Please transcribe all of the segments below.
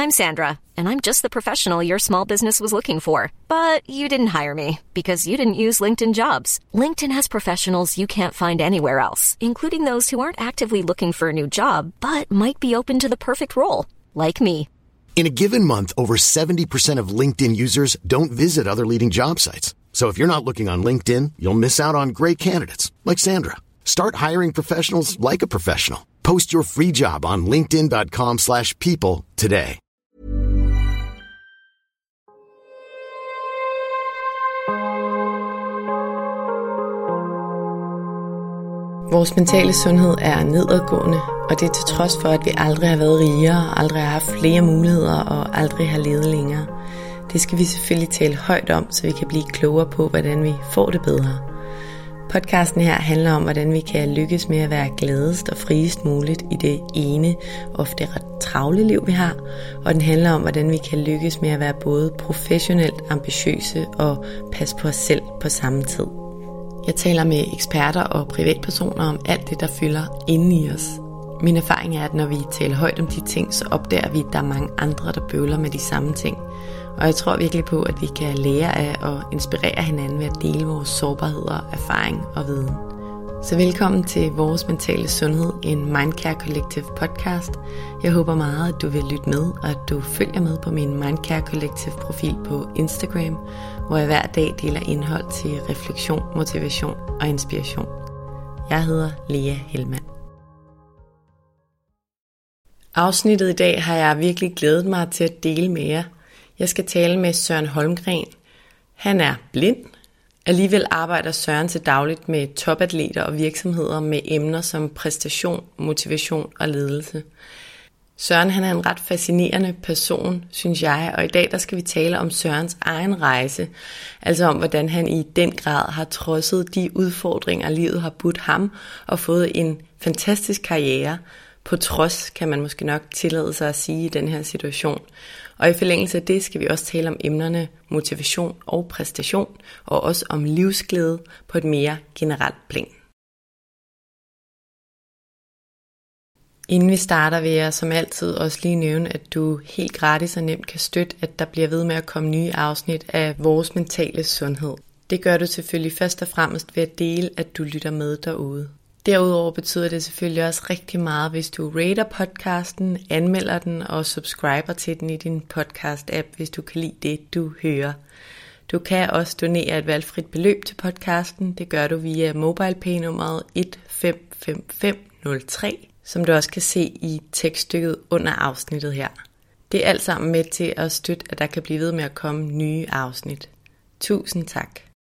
I'm Sandra, and I'm just the professional your small business was looking for. But you didn't hire me because you didn't use LinkedIn Jobs. LinkedIn has professionals you can't find anywhere else, including those who aren't actively looking for a new job, but might be open to the perfect role, like me. In a given month, over 70% of LinkedIn users don't visit other leading job sites. So if you're not looking on LinkedIn, you'll miss out on great candidates like Sandra. Start hiring professionals like a professional. Post your free job on linkedin.com/people today. Vores mentale sundhed er nedadgående, og det er til trods for, at vi aldrig har været rigere, aldrig har haft flere muligheder og aldrig har levet længere. Det skal vi selvfølgelig tale højt om, så vi kan blive klogere på, hvordan vi får det bedre. Podcasten her handler om, hvordan vi kan lykkes med at være gladest og friest muligt i det ene, ofte ret travle liv, vi har. Og den handler om, hvordan vi kan lykkes med at være både professionelt ambitiøse og passe på os selv på samme tid. Jeg taler med eksperter og privatpersoner om alt det, der fylder inde i os. Min erfaring er, at når vi taler højt om de ting, så opdager vi, at der er mange andre, der bøvler med de samme ting. Og jeg tror virkelig på, at vi kan lære af og inspirere hinanden ved at dele vores sårbarheder, erfaring og viden. Så velkommen til Vores Mentale Sundhed, en Mindcare Collective podcast. Jeg håber meget, at du vil lytte med, og at du følger med på min Mindcare Collective profil på Instagram, hvor jeg hver dag deler indhold til refleksion, motivation og inspiration. Jeg hedder Lea Helmand. Afsnittet i dag har jeg virkelig glædet mig til at dele med jer. Jeg skal tale med Søren Holmgren. Han er blind. Alligevel arbejder Søren til dagligt med topatleter og virksomheder med emner som præstation, motivation og ledelse. Søren han er en ret fascinerende person, synes jeg, og i dag der skal vi tale om Sørens egen rejse. Altså om hvordan han i den grad har trodset de udfordringer, livet har budt ham og fået en fantastisk karriere. På trods, kan man måske nok tillade sig at sige i den her situation. Og i forlængelse af det skal vi også tale om emnerne motivation og præstation, og også om livsglæde på et mere generelt plan. Inden vi starter vil jeg som altid også lige nævne, at du helt gratis og nemt kan støtte, at der bliver ved med at komme nye afsnit af Vores Mentale Sundhed. Det gør du selvfølgelig først og fremmest ved at dele, at du lytter med derude. Derudover betyder det selvfølgelig også rigtig meget, hvis du rater podcasten, anmelder den og subscriber til den i din podcast-app, hvis du kan lide det, du hører. Du kan også donere et valgfrit beløb til podcasten. Det gør du via MobilePay-nummeret 155503, som du også kan se i tekststykket under afsnittet her. Det er alt sammen med til at støtte, at der kan blive ved med at komme nye afsnit. Tusind tak.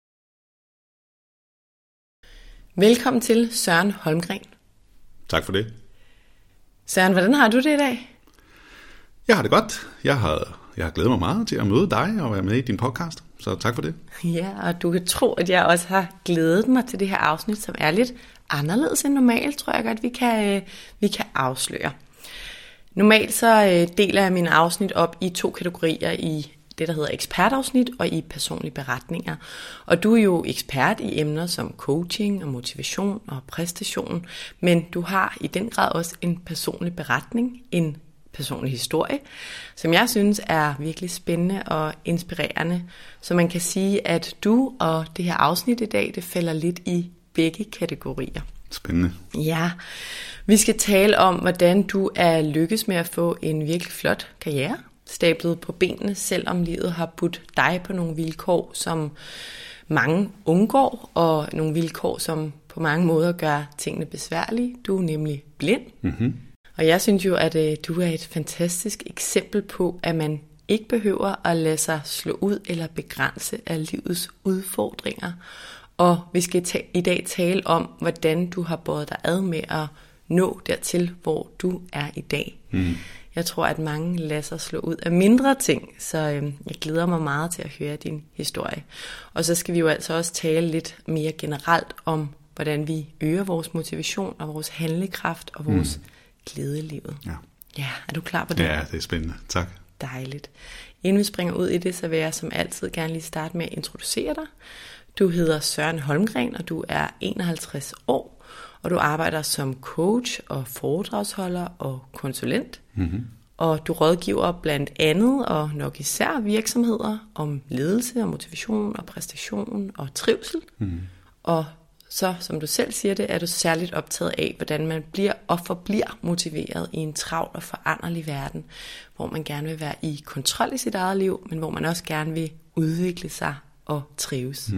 Velkommen til Søren Holmgren. Tak for det. Søren, hvordan har du det i dag? Jeg har det godt. Jeg har glædet mig meget til at møde dig og være med i din podcast, så tak for det. Ja, og du kan tro, at jeg også har glædet mig til det her afsnit, som er lidt anderledes end normalt, tror jeg godt, vi kan afsløre. Normalt så deler jeg mine afsnit op i 2 kategorier i det, der hedder ekspertafsnit og i personlige beretninger. Og du er jo ekspert i emner som coaching og motivation og præstation, men du har i den grad også en personlig beretning, en personlig historie, som jeg synes er virkelig spændende og inspirerende. Så man kan sige, at du og det her afsnit i dag, det falder lidt i begge kategorier. Spændende. Ja, vi skal tale om, hvordan du er lykkes med at få en virkelig flot karriere, stablet på benene, selvom livet har budt dig på nogle vilkår, som mange undgår, og nogle vilkår, som på mange måder gør tingene besværlige. Du er nemlig blind. Mm-hmm. Og jeg synes jo, at du er et fantastisk eksempel på, at man ikke behøver at lade sig slå ud eller begrænse af livets udfordringer. Og vi skal i dag tale om, hvordan du har båret dig ad med at nå dertil, hvor du er i dag. Mm. Jeg tror, at mange lader sig slå ud af mindre ting, så jeg glæder mig meget til at høre din historie. Og så skal vi jo altså også tale lidt mere generelt om, hvordan vi øger vores motivation og vores handlekraft og vores glæde i livet. Ja, er du klar på det? Ja, det er spændende. Tak. Dejligt. Inden vi springer ud i det, så vil jeg som altid gerne lige starte med at introducere dig. Du hedder Søren Holmgren, og du er 51 år, og du arbejder som coach og foredragsholder og konsulent. Mm-hmm. og du rådgiver blandt andet og nok især virksomheder om ledelse og motivation og præstation og trivsel. Og så, som du selv siger det, er du særligt optaget af, hvordan man bliver og forbliver motiveret i en travl og foranderlig verden, hvor man gerne vil være i kontrol i sit eget liv, men hvor man også gerne vil udvikle sig og trives.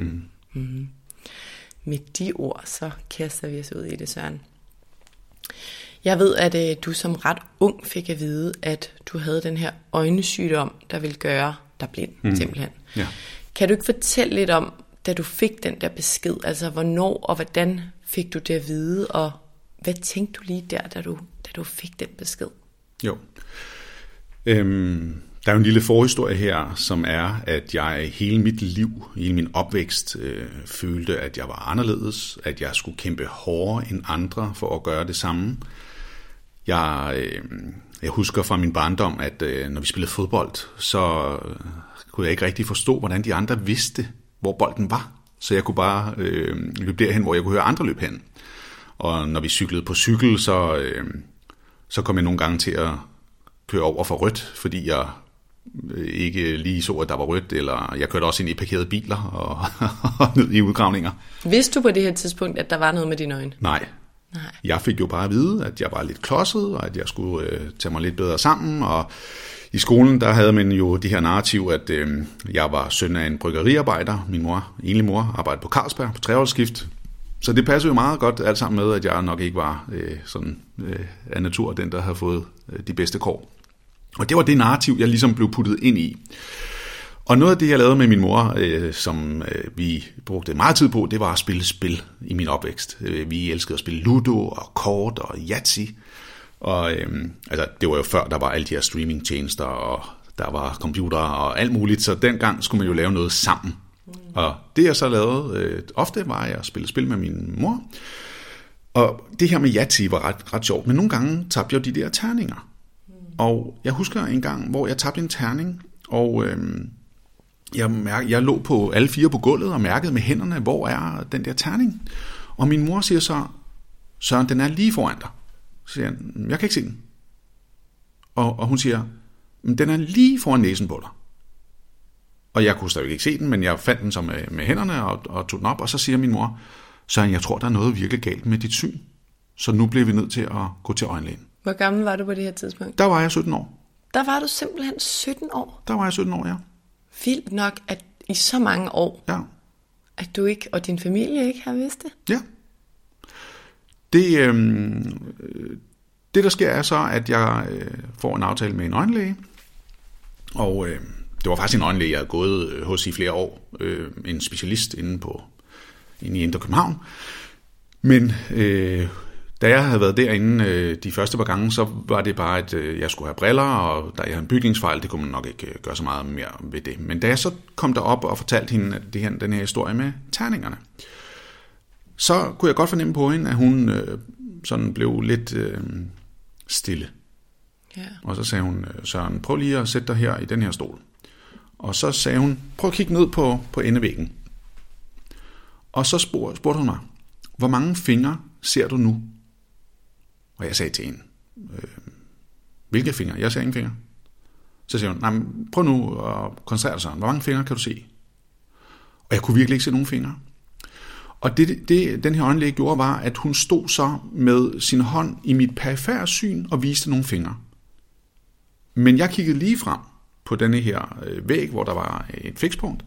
Med de ord, så kaster vi os ud i det, Søren. Jeg ved, at du som ret ung fik at vide, at du havde den her øjnesygdom, der ville gøre dig blind, simpelthen. Ja. Kan du ikke fortælle lidt om, da du fik den der besked, altså hvornår og hvordan fik du det at vide, og hvad tænkte du lige der, da du fik den besked? Jo. Der er jo en lille forhistorie her, som er, at jeg hele mit liv, hele min opvækst, følte, at jeg var anderledes, at jeg skulle kæmpe hårdere end andre for at gøre det samme. Jeg husker fra min barndom, at når vi spillede fodbold, så kunne jeg ikke rigtig forstå, hvordan de andre vidste, hvor bolden var. Så jeg kunne bare løbe derhen, hvor jeg kunne høre andre løbe hen. Og når vi cyklede på cykel, så kom jeg nogle gange til at køre over for rødt, fordi jeg ikke lige så, at der var rødt, eller jeg kørte også ind i parkerede biler og ned i udgravninger. Vidste du på det her tidspunkt, at der var noget med dine øjne? Nej. Jeg fik jo bare at vide, at jeg var lidt klodset, og at jeg skulle tage mig lidt bedre sammen, og i skolen, der havde man jo det her narrativ, at jeg var søn af en bryggeriarbejder. Min mor, enlig mor, arbejdede på Carlsberg på treårsskift. Så det passede jo meget godt alt sammen med, at jeg nok ikke var af natur den, der havde fået de bedste kår. Og det var det narrativ, jeg ligesom blev puttet ind i. Og noget af det, jeg lavede med min mor, som vi brugte meget tid på, det var at spille spil i min opvækst. Vi elskede at spille Ludo og kort og Yahtzee. Og det var jo før, der var alle de her streamingtjenester, og der var computer og alt muligt, så dengang skulle man jo lave noget sammen. Og det jeg så lavede ofte, var at spille spil med min mor. Og det her med Yahtzee var ret sjovt, men nogle gange tabte jeg de der terninger. Og jeg husker en gang, hvor jeg tabte en terning, og jeg lå på alle fire på gulvet og mærkede med hænderne, hvor er den der terning. Og min mor siger så, Søren, den er lige foran dig. Så siger jeg kan ikke se den. Og hun siger, den er lige foran næsen på dig. Og jeg kunne stadig ikke se den, men jeg fandt den så med hænderne og tog den op, og så siger min mor, Søren, jeg tror, der er noget virkelig galt med dit syn. Så nu bliver vi nødt til at gå til øjenlægen. Hvor gammel var du på det her tidspunkt? Der var jeg 17 år. Der var du simpelthen 17 år? Der var jeg 17 år, ja. Vildt nok, at i så mange år, ja. At du ikke, og din familie ikke har vidst det? Ja. Det der sker er så, at jeg får en aftale med en øjenlæge. Og det var faktisk en øjenlæge, jeg havde gået hos i flere år. En specialist inde i Indre København. Men da jeg havde været derinde de første par gange, så var det bare, at jeg skulle have briller, og da jeg havde en bygningsfejl, det kunne man nok ikke gøre så meget mere ved det. Men da jeg så kom derop og fortalte hende den her historie med terningerne, så kunne jeg godt fornemme på hende, at hun sådan blev lidt stille. Yeah. Og så sagde hun, Søren, prøv lige at sætte dig her i den her stol. Og så sagde hun, prøv at kigge ned på endevæggen. Og så spurgte hun mig, hvor mange fingre ser du nu? Og jeg sagde til hende, hvilke fingre? Jeg ser ingen fingre. Så siger hun, nej, prøv nu at koncentrere dig, Søren. Hvor mange fingre kan du se? Og jeg kunne virkelig ikke se nogen fingre. Og det den her øjenlæge gjorde, var, at hun stod så med sin hånd i mit perifære syn og viste nogle fingre. Men jeg kiggede lige frem på denne her væg, hvor der var et fikspunkt.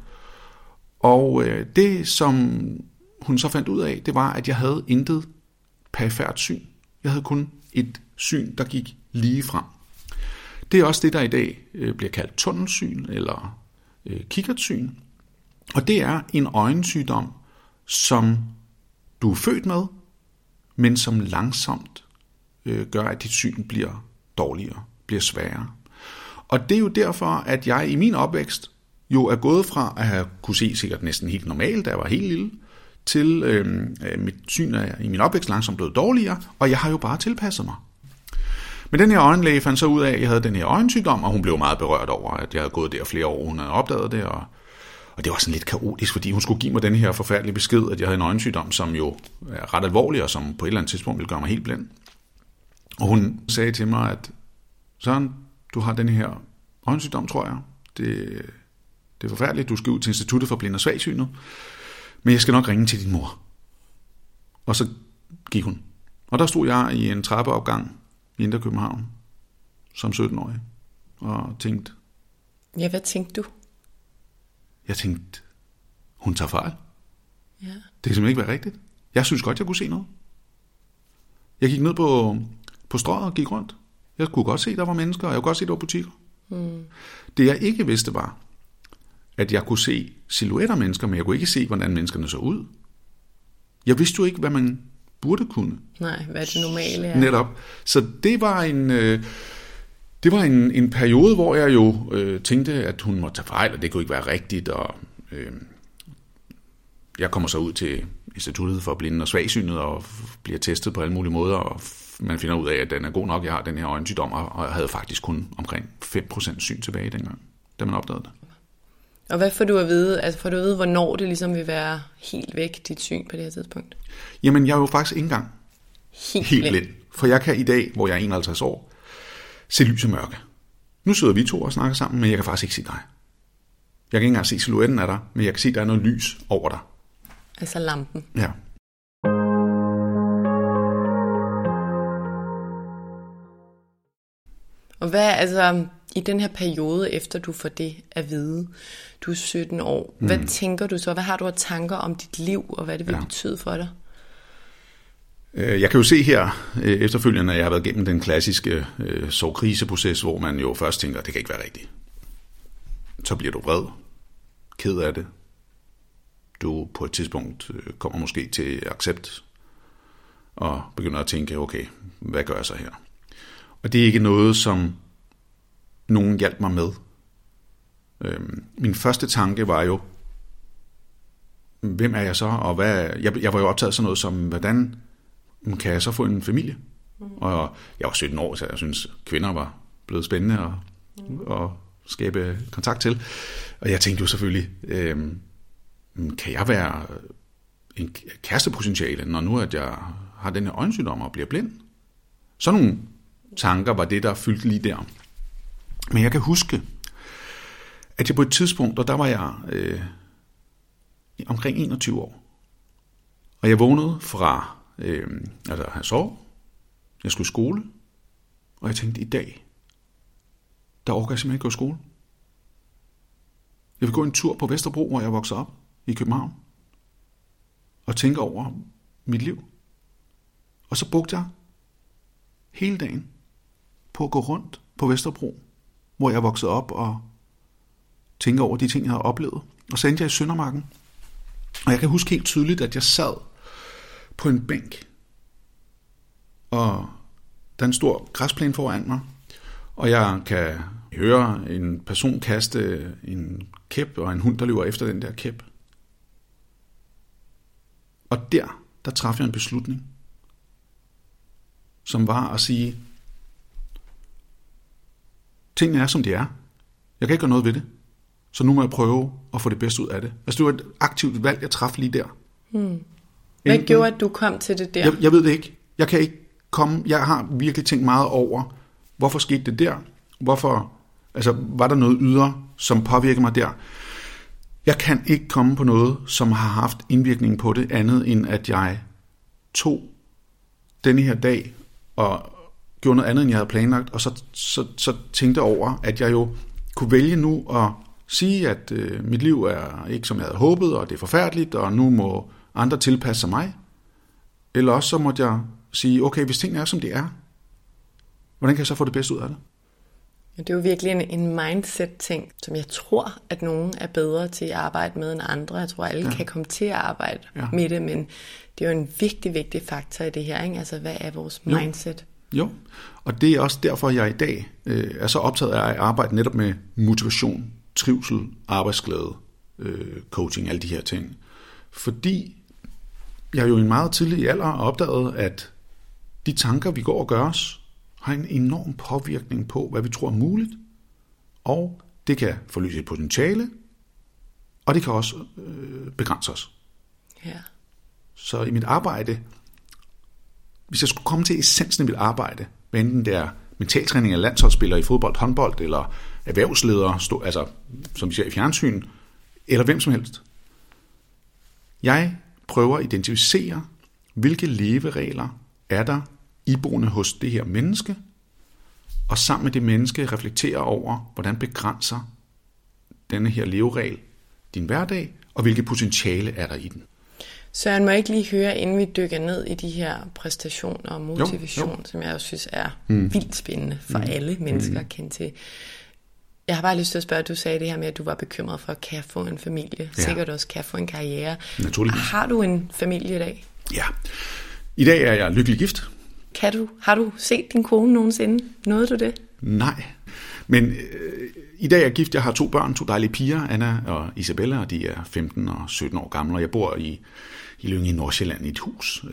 Og det, som hun så fandt ud af, det var, at jeg havde intet perifært syn. Jeg havde kun et syn, der gik lige frem. Det er også det, der i dag bliver kaldt tunnelsyn eller kikkertsyn. Og det er en øjensygdom, som du er født med, men som langsomt gør, at dit syn bliver dårligere, bliver sværere. Og det er jo derfor, at jeg i min opvækst jo er gået fra at have kunne se sikkert næsten helt normalt, da jeg var helt lille, til mit syn er i min opvækst langsomt blevet dårligere, og jeg har jo bare tilpasset mig. Men den her øjenlæge fandt så ud af, at jeg havde den her øjensygdom, og hun blev meget berørt over, at jeg havde gået der flere år, hun havde opdaget det, og det var sådan lidt kaotisk, fordi hun skulle give mig den her forfærdelige besked, at jeg havde en øjensygdom, som jo er ret alvorlig, og som på et eller andet tidspunkt ville gøre mig helt blind. Og hun sagde til mig, at Søren, du har den her øjensygdom, tror jeg. Det er forfærdeligt, du skal ud til Instituttet for Blinde og Svagsynet, men jeg skal nok ringe til din mor. Og så gik hun. Og der stod jeg i en trappeopgang i Indre København som 17-årig og tænkte... Ja, hvad tænkte du? Jeg tænkte, hun tager fejl. Ja. Det kan simpelthen ikke være rigtigt. Jeg synes godt, jeg kunne se noget. Jeg gik ned på strøget og gik rundt. Jeg kunne godt se, der var mennesker, og jeg kunne godt se, der var butikker. Det jeg ikke vidste var, at jeg kunne se silhuetter af mennesker, men jeg kunne ikke se, hvordan menneskerne så ud. Jeg vidste jo ikke, hvad man burde kunne. Nej, hvad det normale er. Netop. Så det var en periode, hvor jeg jo tænkte, at hun måtte tage fejl, og det kunne ikke være rigtigt. Og jeg kommer så ud til Instituttet for Blinde og Svagsynet og bliver testet på alle mulige måder, og man finder ud af, at den er god nok. Jeg har den her øjensygdom, og jeg havde faktisk kun omkring 5% syn tilbage dengang, da man opdagede det. Og hvad får du at vide? Altså får du at vide, hvornår det ligesom vil være helt væk, dit syn på det her tidspunkt? Jamen, jeg er jo faktisk ikke engang helt blind. For jeg kan i dag, hvor jeg er 51 år, se lys og mørke. Nu sidder vi to og snakker sammen, men jeg kan faktisk ikke se dig. Jeg kan ikke engang se silhuetten af dig, men jeg kan se, at der er noget lys over dig. Altså lampen. Ja. Og hvad, altså, i den her periode, efter du får det at vide, du er 17 år, hvad tænker du så? Hvad har du af tanker om dit liv, og hvad det vil betyde for dig? Jeg kan jo se her efterfølgende, at jeg har været igennem den klassiske sorgkriseproces, hvor man jo først tænker, at det kan ikke være rigtigt. Så bliver du vred, ked af det. Du på et tidspunkt kommer måske til accept, og begynder at tænke, okay, hvad gør jeg så her? Og det er ikke noget, som nogen hjalp mig med. Min første tanke var jo, hvem er jeg så, og hvad? Jeg var jo optaget af sådan noget som, hvordan kan jeg så få en familie? Og jeg var 17 år, så jeg synes, kvinder var blevet spændende at skabe kontakt til. Og jeg tænkte jo selvfølgelig, kan jeg være en kærestepotentiale, når nu at jeg har den her øjensygdom og bliver blind? Sådan nogle tanker var det, der fyldte lige der. Men jeg kan huske, at jeg på et tidspunkt, og der var jeg omkring 21 år, og jeg vågnede fra at have sovet, jeg skulle i skole, og jeg tænkte, i dag, der orker jeg simpelthen ikke gå i skole. Jeg vil gå en tur på Vesterbro, hvor jeg voksede op i København, og tænke over mit liv. Og så brugte jeg hele dagen på at gå rundt på Vesterbro, hvor jeg voksede op og tænke over de ting, jeg havde oplevet. Og så endte jeg i Søndermarken. Og jeg kan huske helt tydeligt, at jeg sad på en bænk, og der er en stor græsplæne foran mig, og jeg kan høre en person kaste en kæp, og en hund, der løber efter den der kæp. Og der traf jeg en beslutning, som var at sige, tingene er, som de er. Jeg kan ikke gøre noget ved det. Så nu må jeg prøve at få det bedste ud af det. Altså, det var et aktivt valg, jeg traf lige der. Hvad gjorde, at du kom til det der? Jeg ved det ikke. Jeg kan ikke komme. Jeg har virkelig tænkt meget over, hvorfor skete det der? Hvorfor, altså, var der noget ydre, som påvirker mig der? Jeg kan ikke komme på noget, som har haft indvirkning på det, andet end at jeg tog denne her dag og gjorde noget andet, end jeg havde planlagt, og så tænkte over, at jeg jo kunne vælge nu at sige, at mit liv er ikke, som jeg havde håbet, og det er forfærdeligt, og nu må andre tilpasse sig mig. Eller også så måtte jeg sige, okay, hvis tingene er, som de er, hvordan kan jeg så få det bedste ud af det? Det er jo virkelig en mindset-ting, som jeg tror, at nogen er bedre til at arbejde med end andre. Jeg tror, alle kan komme til at arbejde med det, men det er jo en vigtig faktor i det her, ikke? Altså, hvad er vores mindset? Jo, og det er også derfor, jeg i dag er så optaget af at arbejde netop med motivation, trivsel, arbejdsglæde, coaching, alle de her ting. Fordi jeg jo i en meget tidlig alder har opdaget, at de tanker, vi går og gør os, har en enorm påvirkning på, hvad vi tror er muligt, og det kan forløse et potentiale, og det kan også begrænse os. Ja. Så i mit arbejde, hvis jeg skulle komme til essensen af mit arbejde, hvad enten det er mentaltræning af landsholdsspillere i fodbold, håndbold, eller erhvervsledere, altså som vi ser i fjernsyn, eller hvem som helst. Jeg prøver at identificere, hvilke leveregler er der iboende hos det her menneske, og sammen med det menneske reflektere over, hvordan begrænser denne her leveregel din hverdag, og hvilke potentiale er der i den. Søren, må jeg ikke lige høre, inden vi dykker ned i de her præstationer og motivation, som jeg også synes er vildt spændende for alle mennesker at kende til. Jeg har bare lyst til at spørge, du sagde det her med, at du var bekymret for, kan jeg få en familie? Sikkert også, kan jeg få en karriere? Naturligvis. Har du en familie i dag? Ja. I dag er jeg lykkelig gift. Har du set din kone nogensinde? Nåede du det? Nej. Men i dag er jeg gift. Jeg har 2 børn, 2 dejlige piger, Anna og Isabella, og de er 15 og 17 år gamle, og jeg bor i Lynge i Nordsjælland i et hus.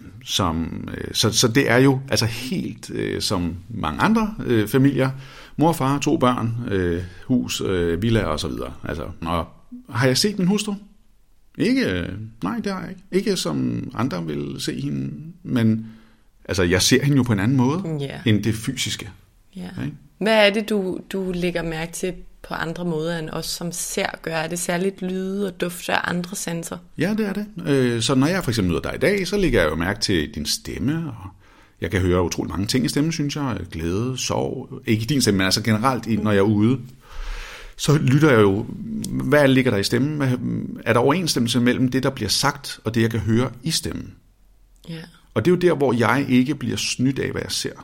Så det er jo altså helt som mange andre familier. Mor, far, 2 børn, hus, villa og så videre. Altså, og har jeg set min hustru? Ikke, nej, det har jeg ikke. Ikke som andre vil se hende, men altså, jeg ser hende jo på en anden måde end det fysiske. Yeah. Hvad er det, du lægger mærke til på andre måder end os, som ser gør? Er det særligt lyde og dufte af andre sanser? Ja, det er det. Så når jeg for eksempel møder dig i dag, så lægger jeg jo mærke til din stemme, og jeg kan høre utrolig mange ting i stemmen, synes jeg. Glæde, sorg. Ikke i din stemme, men altså generelt, når jeg er ude. Så lytter jeg jo, hvad ligger der i stemmen? Er der overensstemmelse mellem det, der bliver sagt, og det, jeg kan høre i stemmen? Yeah. Og det er jo der, hvor jeg ikke bliver snydt af, hvad jeg ser.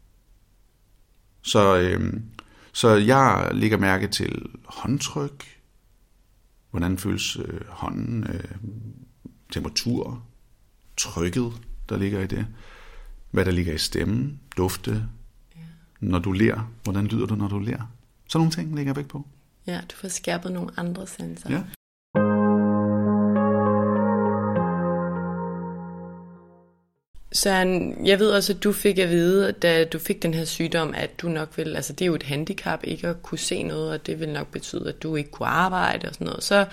Så jeg lægger mærke til håndtryk, hvordan føles hånden, temperatur, trykket, der ligger i det, hvad der ligger i stemmen, dufte, når du ler, hvordan lyder du, når du ler. Sådan nogle ting lægger jeg væk på. Ja, du får skærpet nogle andre sanser. Ja. Søren, jeg ved også, at du fik at vide, da du fik den her sygdom, at du nok vil, altså det er jo et handicap ikke at kunne se noget, og det vil nok betyde, at du ikke kunne arbejde og sådan noget. Så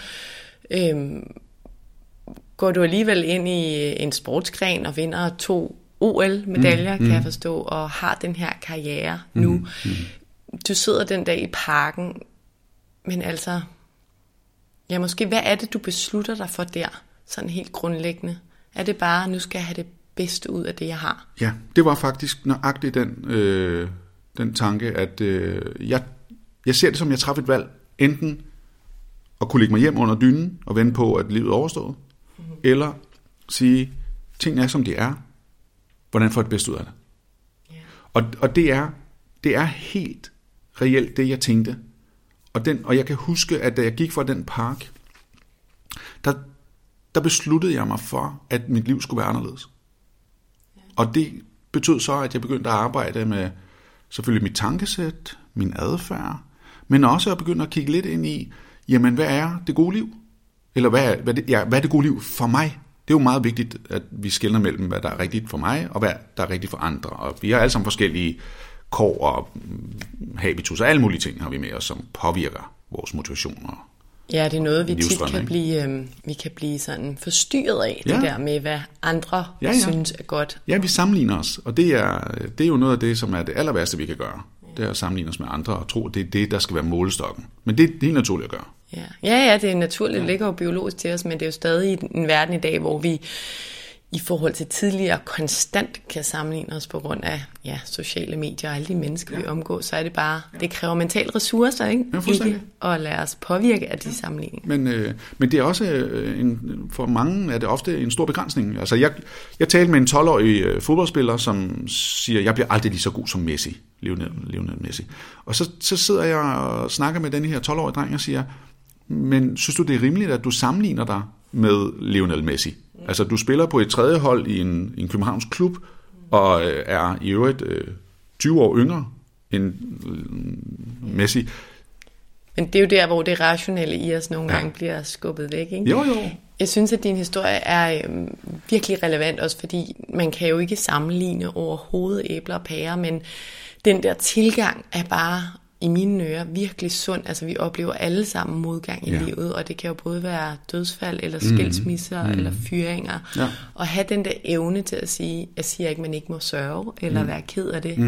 går du alligevel ind i en sportsgren og vinder 2 OL-medaljer, kan jeg forstå, og har den her karriere nu. Du sidder den dag i parken, men altså, ja måske, hvad er det, du beslutter dig for der, sådan helt grundlæggende? Er det bare, nu skal jeg have det bedste ud af det, jeg har? Ja, det var faktisk nøjagtigt den tanke, at jeg ser det som, jeg træffede et valg, enten at kunne lægge mig hjem under dynen og vente på, at livet er overstået, eller sige, tingene er, som de er, hvordan får jeg det bedste ud af det? Yeah. Og det er helt reelt det, jeg tænkte. Og jeg kan huske, at da jeg gik fra den park, der besluttede jeg mig for, at mit liv skulle være anderledes. Og det betød så, at jeg begyndte at arbejde med selvfølgelig mit tankesæt, min adfærd, men også at begynde at kigge lidt ind i, jamen hvad er det gode liv? Eller hvad er det gode liv for mig? Det er jo meget vigtigt, at vi skelner mellem, hvad der er rigtigt for mig, og hvad der er rigtigt for andre. Og vi har alle sammen forskellige kår og habitus, og alle mulige ting har vi med os, som påvirker vores motivationer. Ja, det er noget, vi tit kan blive sådan forstyrret af, det der med, hvad andre synes er godt. Ja, vi sammenligner os, og det er jo noget af det, som er det aller værste, vi kan gøre. Det er at sammenligne os med andre og tro, at det er det, der skal være målestokken. Men det er helt naturligt at gøre. Ja, det er naturligt. Det ligger jo biologisk til os, men det er jo stadig en verden i dag, hvor vi i forhold til tidligere konstant kan sammenligne os på grund af sociale medier og alle de mennesker, vi omgår, så er det bare, det kræver mentale ressourcer, ikke? Ikke at lade os påvirke af de sammenligninger. Men det er også, for mange er det ofte en stor begrænsning. Altså jeg talte med en 12-årig fodboldspiller, som siger, jeg bliver aldrig lige så god som Messi, Lionel Messi. Og så sidder jeg og snakker med den her 12-årige dreng og siger, men synes du, det er rimeligt, at du sammenligner dig med Lionel Messi? Altså, du spiller på et 3. hold i en Københavns klub, og er i øvrigt 20 år yngre end Messi. Men det er jo der, hvor det rationelle i os nogle gange bliver skubbet væk, ikke? Jo. Jeg synes, at din historie er virkelig relevant, også fordi man kan jo ikke sammenligne overhovedet æbler og pærer, men den der tilgang er bare i mine ører virkelig sund. Altså vi oplever alle sammen modgang i livet, og det kan jo både være dødsfald, eller skilsmisser, eller fyringer. Ja. Og have den der evne til at sige, jeg siger ikke, man ikke må sørge, eller være ked af det,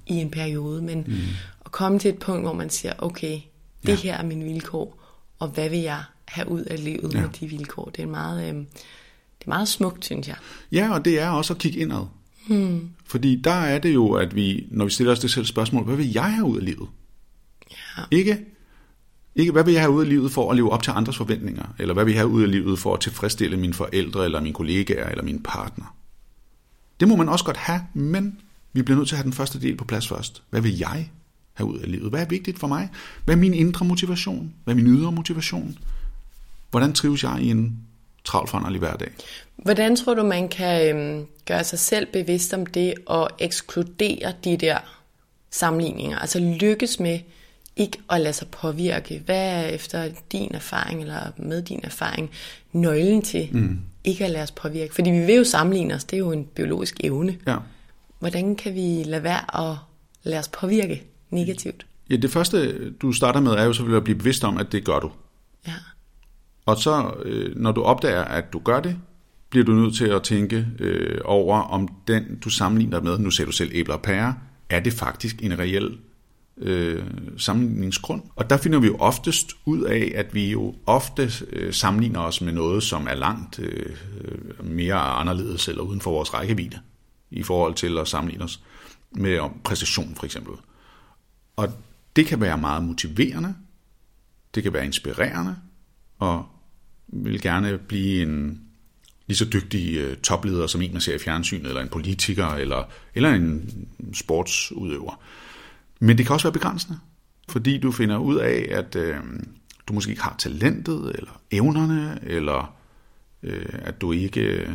i en periode, men at komme til et punkt, hvor man siger, okay, det her er mine vilkår, og hvad vil jeg have ud af livet med de vilkår? Det er meget smukt, synes jeg. Ja, og det er også at kigge indad. Fordi der er det jo, at når vi stiller os det selv spørgsmål, hvad vil jeg have ud af livet? Ja. Ikke hvad vil jeg have ud af livet for at leve op til andres forventninger, eller hvad vil jeg have ud af livet for at tilfredsstille mine forældre, eller mine kollegaer, eller min partner. Det må man også godt have, men vi bliver nødt til at have den første del på plads først. Hvad vil jeg have ud af livet? Hvad er vigtigt for mig? Hvad er min indre motivation? Hvad er min ydre motivation? Hvordan trives jeg i en travlt foranderlig hverdag? Hvordan tror du, man kan gøre sig selv bevidst om det og ekskludere de der sammenligninger? Altså lykkes med ikke at lade sig påvirke. Hvad er efter din erfaring eller med din erfaring nøglen til ikke at lade os påvirke? Fordi vi vil jo sammenligne os, det er jo en biologisk evne. Ja. Hvordan kan vi lade være at lade os påvirke negativt? Ja, det første, du starter med, er jo selvfølgelig at blive bevidst om, at det gør du. Ja. Og så, når du opdager, at du gør det, bliver du nødt til at tænke over, om den, du sammenligner med, nu ser du selv æbler og pærer, er det faktisk en reel sammenligningsgrund. Og der finder vi jo oftest ud af, at vi jo ofte sammenligner os med noget, som er langt mere anderledes eller uden for vores rækkevidde, i forhold til at sammenligne os med præstation for eksempel. Og det kan være meget motiverende, det kan være inspirerende, og vil gerne blive en lige så dygtig topleder som en, man ser i fjernsynet, eller en politiker, eller en sportsudøver. Men det kan også være begrænsende, fordi du finder ud af, at du måske ikke har talentet, eller evnerne, eller at du ikke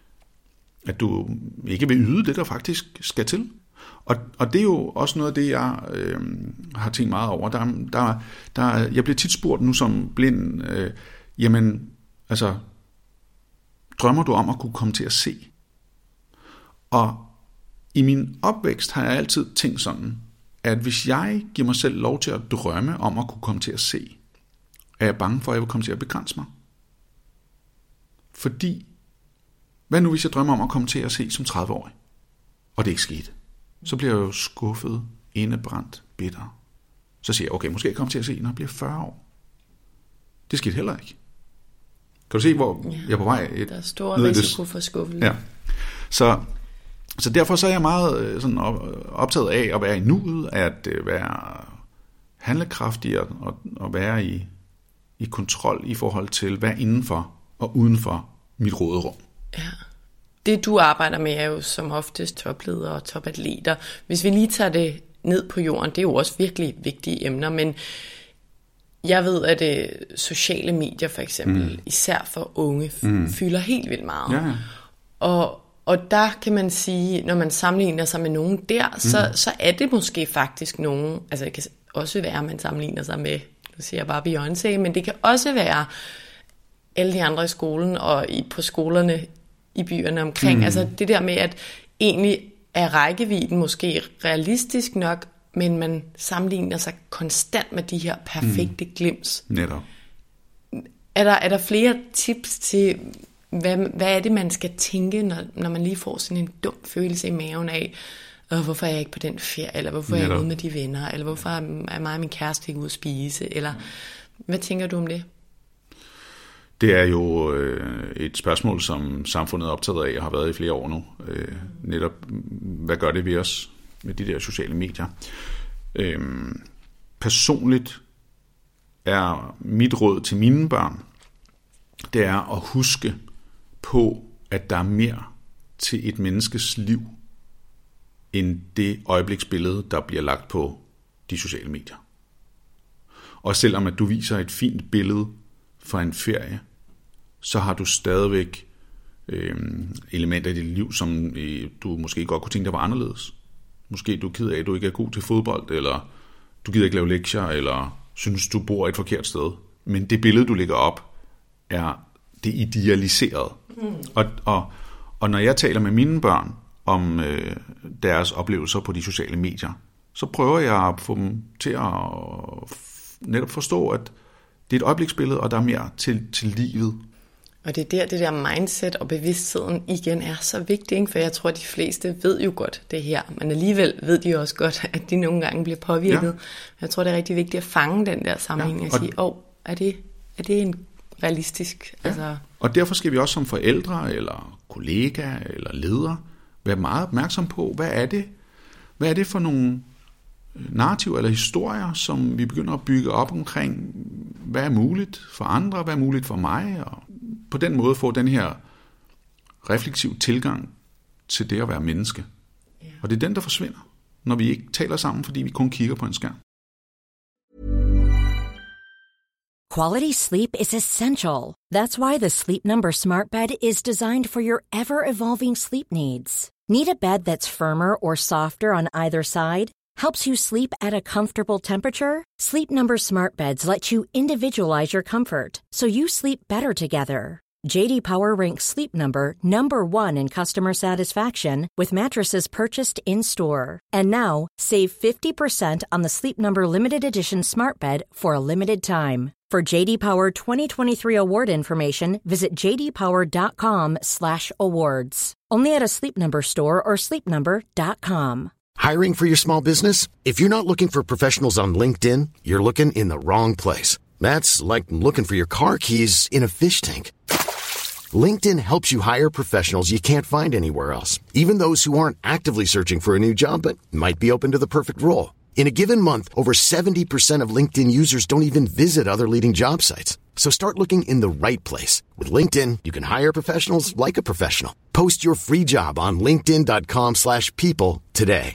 vil yde det, der faktisk skal til. Og det er jo også noget af det, jeg har tænkt meget over. Jeg bliver tit spurgt nu som blind, jamen, altså, drømmer du om at kunne komme til at se? Og i min opvækst har jeg altid tænkt sådan, at hvis jeg giver mig selv lov til at drømme om at kunne komme til at se, er jeg bange for, at jeg vil komme til at begrænse mig. Fordi, hvad nu hvis jeg drømmer om at komme til at se som 30-årig, og det ikke skete? Så bliver jeg jo skuffet, indebrændt, bitter. Så siger jeg, okay, måske jeg kommer til at se, når jeg bliver 40 år. Det skete heller ikke. Kan du se, hvor jeg er på vej? Der er stor risiko for skuffelse. Ja. Så derfor så er jeg meget sådan optaget af at være i nuet, at være handlekraftig og være i kontrol i forhold til, hvad indenfor og udenfor mit råderum. Ja. Det du arbejder med er jo som oftest topledere og topatleter. Hvis vi lige tager det ned på jorden, det er jo også virkelig vigtige emner, men jeg ved, at sociale medier for eksempel, især for unge, fylder helt vildt meget. Ja. Og der kan man sige, når man sammenligner sig med nogen der, så er det måske faktisk nogen, altså det kan også være, at man sammenligner sig med, nu siger jeg bare Beyoncé, men det kan også være alle de andre i skolen og på skolerne i byerne omkring. Altså det der med, at egentlig er rækkevidden måske realistisk nok, men man sammenligner sig konstant med de her perfekte glims. Netop. Er der flere tips til, hvad er det, man skal tænke, når man lige får sådan en dum følelse i maven af, hvorfor er jeg ikke på den ferie, eller hvorfor er jeg ude med de venner, eller hvorfor er mig og min kæreste ikke ude at spise, eller hvad tænker du om det? Det er jo et spørgsmål, som samfundet er optaget af og har været i flere år nu. Netop, hvad gør det ved os med de der sociale medier? Personligt er mit råd til mine børn, det er at huske på, at der er mere til et menneskes liv, end det øjebliksbillede, der bliver lagt på de sociale medier. Og selvom at du viser et fint billede fra en ferie, så har du stadigvæk elementer i dit liv, som du måske godt kunne tænke dig var anderledes. Måske du er ked af, at du ikke er god til fodbold, eller du gider ikke lave lektier, eller synes, du bor et forkert sted. Men det billede, du lægger op, er det idealiserede. Og når jeg taler med mine børn om deres oplevelser på de sociale medier, så prøver jeg at få dem til at netop forstå, at det er et øjebliksbillede, og der er mere til livet Og det er der, det der mindset og bevidstheden igen er så vigtigt, ikke? For jeg tror, de fleste ved jo godt det her, men alligevel ved de også godt, at de nogle gange bliver påvirket. Ja. Jeg tror, det er rigtig vigtigt at fange den der sammenhæng og sige, er det en realistisk? Ja. Altså... Og derfor skal vi også som forældre eller kollegaer eller ledere være meget opmærksom på, hvad er det for nogle narrativer eller historier, som vi begynder at bygge op omkring, hvad er muligt for andre, hvad er muligt for mig, og på den måde få den her refleksiv tilgang til det at være menneske. Yeah. Og det er den, der forsvinder, når vi ikke taler sammen, fordi vi kun kigger på en skærm. Quality sleep is essential. That's why the Sleep Number Smart Bed is designed for your ever-evolving sleep needs. Need a bed that's firmer or softer on either side? Helps you sleep at a comfortable temperature? Sleep Number Smart Beds let you individualize your comfort, so you sleep better together. J.D. Power ranks Sleep Number number 1 in customer satisfaction with mattresses purchased in-store. And now, save 50% on the Sleep Number Limited Edition Smart Bed for a limited time. For J.D. Power 2023 award information, visit jdpower.com/awards. Only at a Sleep Number store or sleepnumber.com. Hiring for your small business? If you're not looking for professionals on LinkedIn, you're looking in the wrong place. That's like looking for your car keys in a fish tank. LinkedIn helps you hire professionals you can't find anywhere else, even those who aren't actively searching for a new job but might be open to the perfect role. In a given month, over 70% of LinkedIn users don't even visit other leading job sites. So start looking in the right place. With LinkedIn, you can hire professionals like a professional. Post your free job on linkedin.com/people today.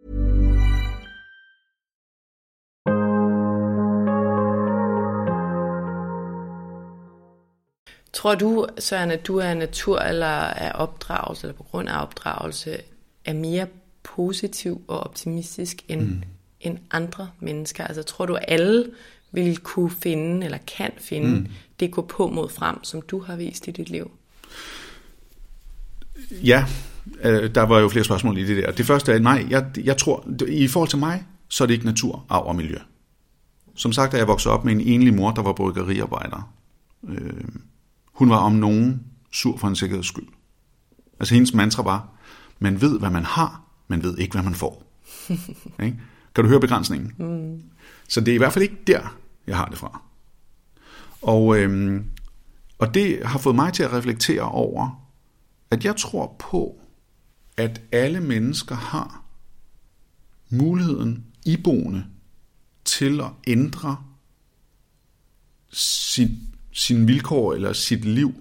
Tror du, Søren, at du er natur eller af opdragelse, eller på grund af opdragelse, er mere positiv og optimistisk end andre mennesker? Altså tror du, at alle vil kunne finde, eller kan finde, det gå på mod frem, som du har vist i dit liv? Ja, der var jo flere spørgsmål i det der. Det første er, nej, jeg tror, i forhold til mig, så er det ikke natur, arv og miljø. Som sagt, er jeg vokset op med en enlig mor, der var bryggeriarbejder. Hun var om nogen sur for en sikkerheds skyld. Altså hendes mantra var, man ved, hvad man har, man ved ikke, hvad man får. Okay? Kan du høre begrænsningen? Så det er i hvert fald ikke der, jeg har det fra. Og det har fået mig til at reflektere over, at jeg tror på, at alle mennesker har muligheden iboende til at ændre sin vilkår eller sit liv.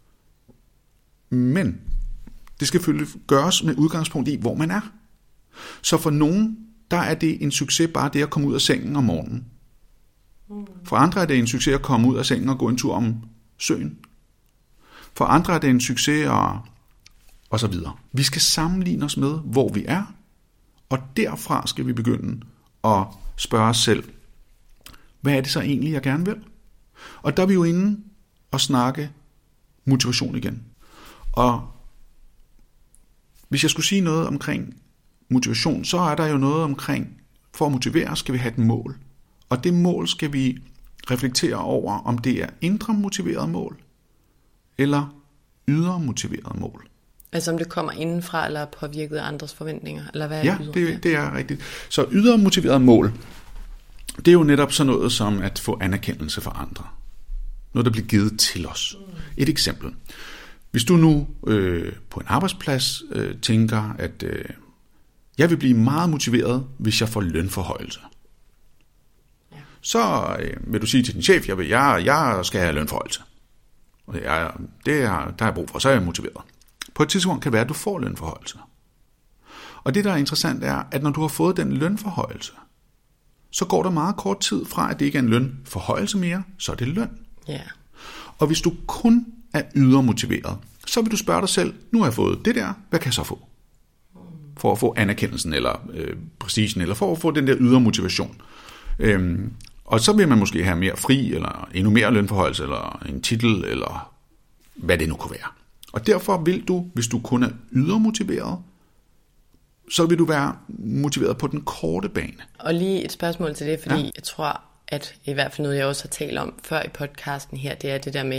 Men det skal selvfølgelig gøres med udgangspunkt i, hvor man er. Så for nogen, der er det en succes bare det at komme ud af sengen om morgenen. For andre er det en succes at komme ud af sengen og gå en tur om søen. For andre er det en succes og så videre. Vi skal sammenligne os med, hvor vi er, og derfra skal vi begynde at spørge os selv, hvad er det så egentlig, jeg gerne vil? Og der er vi jo inde og snakke motivation igen. Og hvis jeg skulle sige noget omkring motivation, så er der jo noget omkring, for at motivere skal vi have et mål. Og det mål skal vi reflektere over, om det er indre motiveret mål, eller ydre motiveret mål. Altså om det kommer indenfra, eller er påvirket af andres forventninger, eller hvad er ja, det er rigtigt. Så ydre motiveret mål, det er jo netop sådan noget som at få anerkendelse fra andre. Noget, der bliver givet til os. Et eksempel. Hvis du nu på en arbejdsplads tænker, at jeg vil blive meget motiveret, hvis jeg får lønforhøjelse. Ja. Så vil du sige til din chef, jeg skal have lønforhøjelse. Og der har jeg brug for, så er jeg motiveret. På et tidspunkt kan det være, at du får lønforhøjelse. Og det, der er interessant, er, at når du har fået den lønforhøjelse, så går der meget kort tid fra, at det ikke er en lønforhøjelse mere, så er det løn. Yeah. Og hvis du kun er ydermotiveret, så vil du spørge dig selv, nu har jeg fået det der, hvad kan jeg så få? For at få anerkendelsen, eller prestigen, eller for at få den der ydermotivation. Og så vil man måske have mere fri, eller endnu mere lønforhøjelse, eller en titel, eller hvad det nu kunne være. Og derfor vil du, hvis du kun er ydermotiveret, så vil du være motiveret på den korte bane. Og lige et spørgsmål til det, fordi jeg tror, at i hvert fald noget, jeg også har talt om før i podcasten her, det er det der med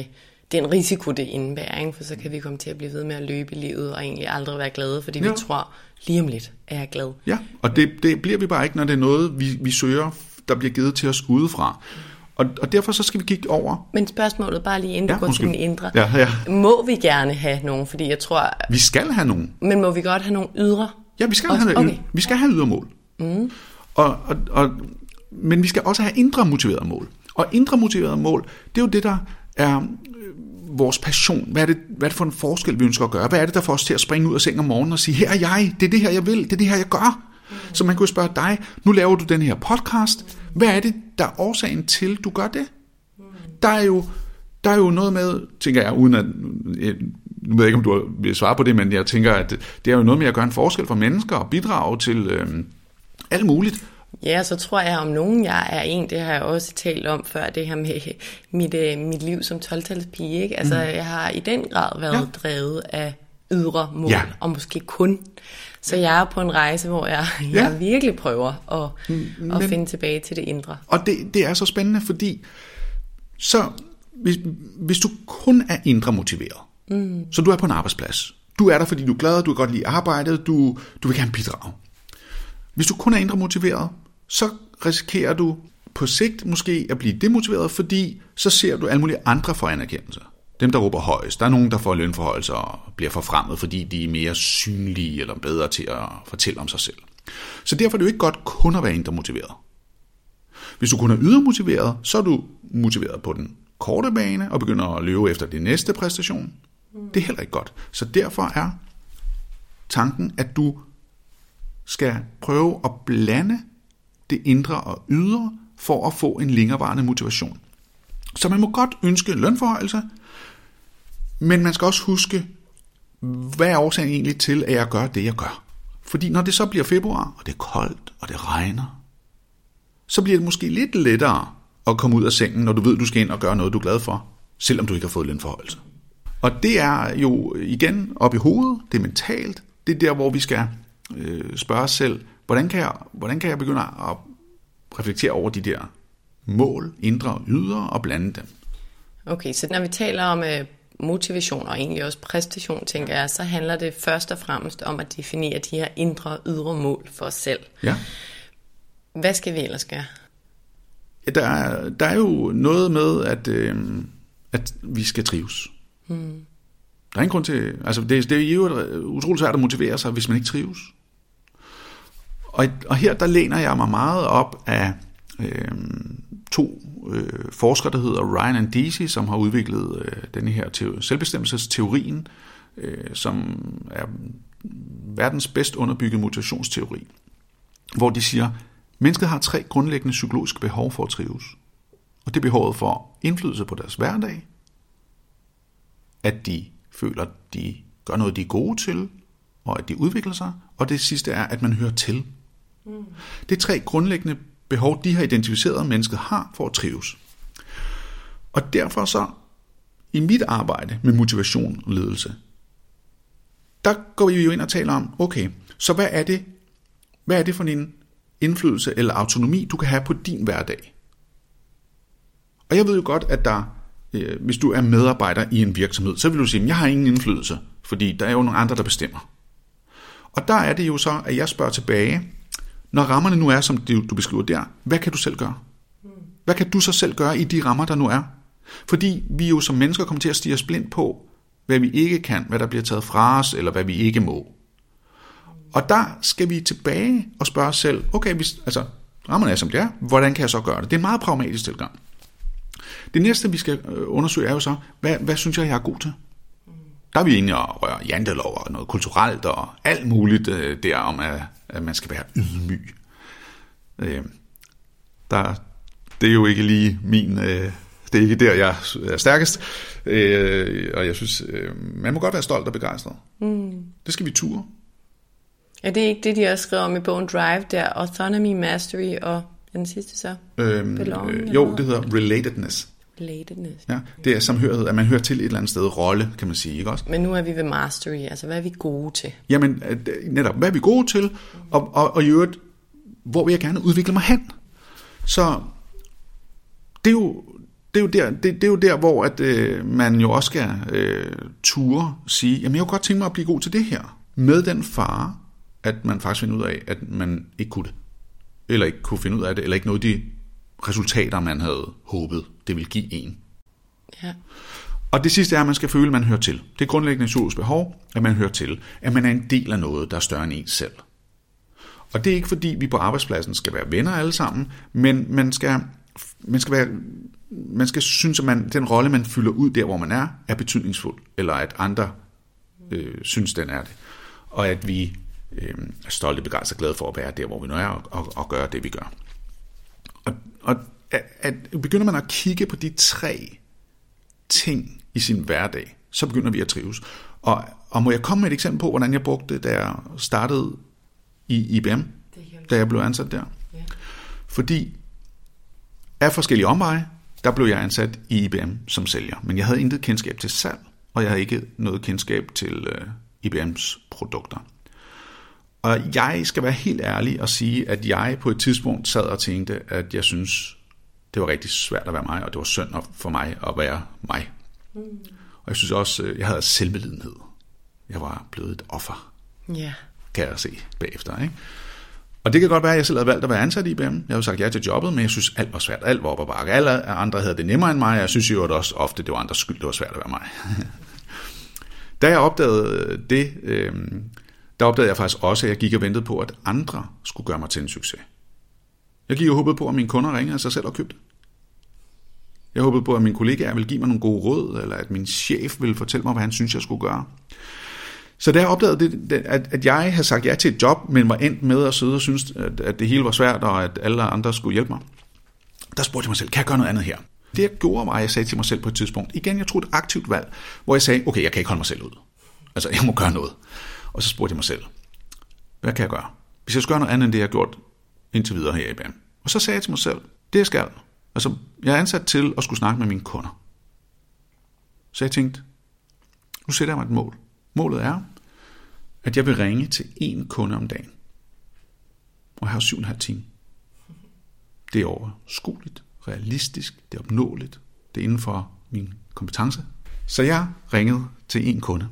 det er en risiko, det indebærer, ikke? For så kan vi komme til at blive ved med at løbe i livet og egentlig aldrig være glade, fordi vi tror, lige om lidt er jeg glad. Ja, og det bliver vi bare ikke, når det er noget, vi søger, der bliver givet til os udefra. Og derfor så skal vi kigge over. Men spørgsmålet bare lige inden du går til den indre. Ja. Må vi gerne have nogen? Fordi jeg tror... Vi skal have nogen. Men må vi godt have nogle ydre? Ja, vi skal have ydre mål. Mm. Men vi skal også have indre motiverede mål. Og indre motiverede mål, det er jo det, der er vores passion. Hvad er det for en forskel, vi ønsker at gøre? Hvad er det, der får os til at springe ud af sengen om morgenen og sige, her er jeg, det er det her, jeg vil, det er det her, jeg gør. Så man kunne spørge dig, nu laver du den her podcast. Hvad er det, der er årsagen til, du gør det? Der er jo noget med, tænker jeg, uden at... Nu ved jeg ikke, om du vil svare på det, men jeg tænker, at det er jo noget med at gøre en forskel for mennesker og bidrage til alt muligt. Ja, så tror jeg om nogen, jeg er en, det har jeg også talt om før, det her med mit liv som 12-talspige, ikke? Altså, jeg har i den grad været drevet af ydre mål, og måske kun. Så jeg er på en rejse, hvor jeg virkelig prøver at finde tilbage til det indre. Og det er så spændende, fordi så hvis du kun er indre motiveret, så du er på en arbejdsplads, du er der, fordi du er glad, du kan godt lide arbejdet, du vil gerne bidrage. Hvis du kun er indre motiveret, så risikerer du på sigt måske at blive demotiveret, fordi så ser du alle mulige andre for anerkendelse. Dem, der råber højst. Der er nogen, der får lønforhøjelser og bliver forfremmet, fordi de er mere synlige eller bedre til at fortælle om sig selv. Så derfor er det jo ikke godt kun at være indre motiveret. Hvis du kun er ydre motiveret, så er du motiveret på den korte bane og begynder at løbe efter din næste præstation. Det er heller ikke godt. Så derfor er tanken, at du skal prøve at blande det indre og ydre for at få en længerevarende motivation. Så man må godt ønske lønforhøjelse, men man skal også huske, hvad er årsagen egentlig til, at jeg gør det, jeg gør. Fordi når det så bliver februar, og det er koldt, og det regner, så bliver det måske lidt lettere at komme ud af sengen, når du ved, du skal ind og gøre noget, du er glad for, selvom du ikke har fået lønforhøjelse. Og det er jo igen op i hovedet, det er mentalt, det er der, hvor vi skal spørge os selv, hvordan kan jeg begynde at reflektere over de der mål, indre og ydre, og blande dem. Okay, så når vi taler om motivation og egentlig også præstation, tænker jeg, så handler det først og fremmest om at definere de her indre og ydre mål for os selv. Ja. Hvad skal vi ellers gøre? Ja, der er jo noget med, at vi skal trives. Der er ingen grund til... Altså, det er jo utroligt svært at motivere sig, hvis man ikke trives. Og her, der læner jeg mig meget op af to forskere, der hedder Ryan and Deci, som har udviklet denne her selvbestemmelsesteorien, som er verdens bedst underbyggede motivationsteori, hvor de siger, mennesket har 3 grundlæggende psykologiske behov for at trives. Og det er behovet for indflydelse på deres hverdag, at de føler, at de gør noget, de er gode til, og at de udvikler sig, og det sidste er, at man hører til. Det er 3 grundlæggende behov, de har identificeret, at mennesket har for at trives. Og derfor så, i mit arbejde med motivation og ledelse, der går vi jo ind og taler om, okay, så hvad er det for en indflydelse eller autonomi, du kan have på din hverdag? Og jeg ved jo godt, at hvis du er medarbejder i en virksomhed, så vil du sige, at jeg har ingen indflydelse, fordi der er jo nogle andre, der bestemmer. Og der er det jo så, at jeg spørger tilbage, når rammerne nu er, som du beskriver der, hvad kan du selv gøre? Hvad kan du så selv gøre i de rammer, der nu er? Fordi vi jo som mennesker kommer til at stirre os blind på, hvad vi ikke kan, hvad der bliver taget fra os, eller hvad vi ikke må. Og der skal vi tilbage og spørge os selv, okay, rammerne er, som det er, hvordan kan jeg så gøre det? Det er en meget pragmatisk tilgang. Det næste, vi skal undersøge, er jo så, hvad synes jeg er god til? Der er vi inde og røre jantelov og noget kulturelt og alt muligt der om, at man skal være ydmyg. Det er jo ikke lige min... det er ikke der, jeg er stærkest. Og jeg synes, man må godt være stolt og begejstret. Det skal vi ture. Er det ikke det, de også skrev om i bogen Drive, der Autonomy, Mastery og den sidste så? Belonging? Jo, det hedder Relatedness. Ja, det er samhørighed, at man hører til et eller andet sted, rolle, kan man sige, ikke også? Men nu er vi ved mastery, altså hvad er vi gode til? Jamen, netop, hvad er vi gode til, og i øvrigt, hvor vil jeg gerne udvikle mig hen? Så det er jo det er jo der hvor at, man jo også skal ture sige, jamen jeg kunne godt tænke mig at blive god til det her. Med den fare, at man faktisk finder ud af, at man ikke kunne det. Eller ikke kunne finde ud af det, eller ikke nåede de resultater, man havde håbet, det ville give en. Ja. Og det sidste er, at man skal føle, at man hører til. Det er grundlæggende psykologisk behov, at man hører til. At man er en del af noget, der er større end en selv. Og det er ikke fordi, vi på arbejdspladsen skal være venner alle sammen, men man skal synes, at den rolle, man fylder ud der, hvor man er betydningsfuld. Eller at andre synes, den er det. Og at vi er stolte, begejstrede og glade for at være der, hvor vi nu er, og gøre det, vi gør. Og at begynder man at kigge på de 3 ting i sin hverdag, så begynder vi at trives. Og må jeg komme med et eksempel på, hvordan jeg brugte det, da jeg startede i IBM, da jeg blev ansat der? Ja. Fordi af forskellige omveje, der blev jeg ansat i IBM som sælger. Men jeg havde intet kendskab til salg, og jeg havde ikke noget kendskab til IBM's produkter. Og jeg skal være helt ærlig og sige, at jeg på et tidspunkt sad og tænkte, at jeg synes, det var rigtig svært at være mig, og det var synd for mig at være mig. Og jeg synes også, jeg havde selvbelidenhed. Jeg var blevet et offer, kan jeg se bagefter. Ikke? Og det kan godt være, at jeg selv havde valgt at være ansat i IBM. Jeg har jo sagt ja til jobbet, men jeg synes, alt var svært. Alt var op ad bakke. Alle andre havde det nemmere end mig. Jeg synes jo også ofte, det var andres skyld, det var svært at være mig. Da jeg opdagede det, der opdagede jeg faktisk også, at jeg gik og ventede på, at andre skulle gøre mig til en succes. Jeg gik og håbede på, at mine kunder ringede af sig selv og købte. Jeg håbede på, at mine kollegaer ville give mig nogle gode råd, eller at min chef ville fortælle mig, hvad han synes, jeg skulle gøre. Så da jeg opdagede det, at jeg havde sagt ja til et job, men var endt med at sidde og synes, at det hele var svært, og at alle andre skulle hjælpe mig, der spurgte jeg mig selv, kan jeg gøre noget andet her? Det jeg gjorde var, at jeg sagde til mig selv på et tidspunkt, igen, jeg tog et aktivt valg, hvor jeg sagde, okay, jeg kan ikke holde mig selv ud. Altså, jeg må gøre noget. Og så spurgte jeg mig selv, hvad kan jeg gøre? Hvis jeg skal gøre noget andet, end det jeg har gjort indtil videre her i IBM. Og så sagde jeg til mig selv, det jeg skal. Altså, jeg er ansat til at skulle snakke med mine kunder. Så jeg tænkte, nu sætter jeg mig et mål. Målet er, at jeg vil ringe til 1 kunde om dagen. Og jeg har 7,5 timer. Det er overskueligt, realistisk, det er opnåeligt, det er inden for min kompetence. Så jeg ringede til 1 kunde.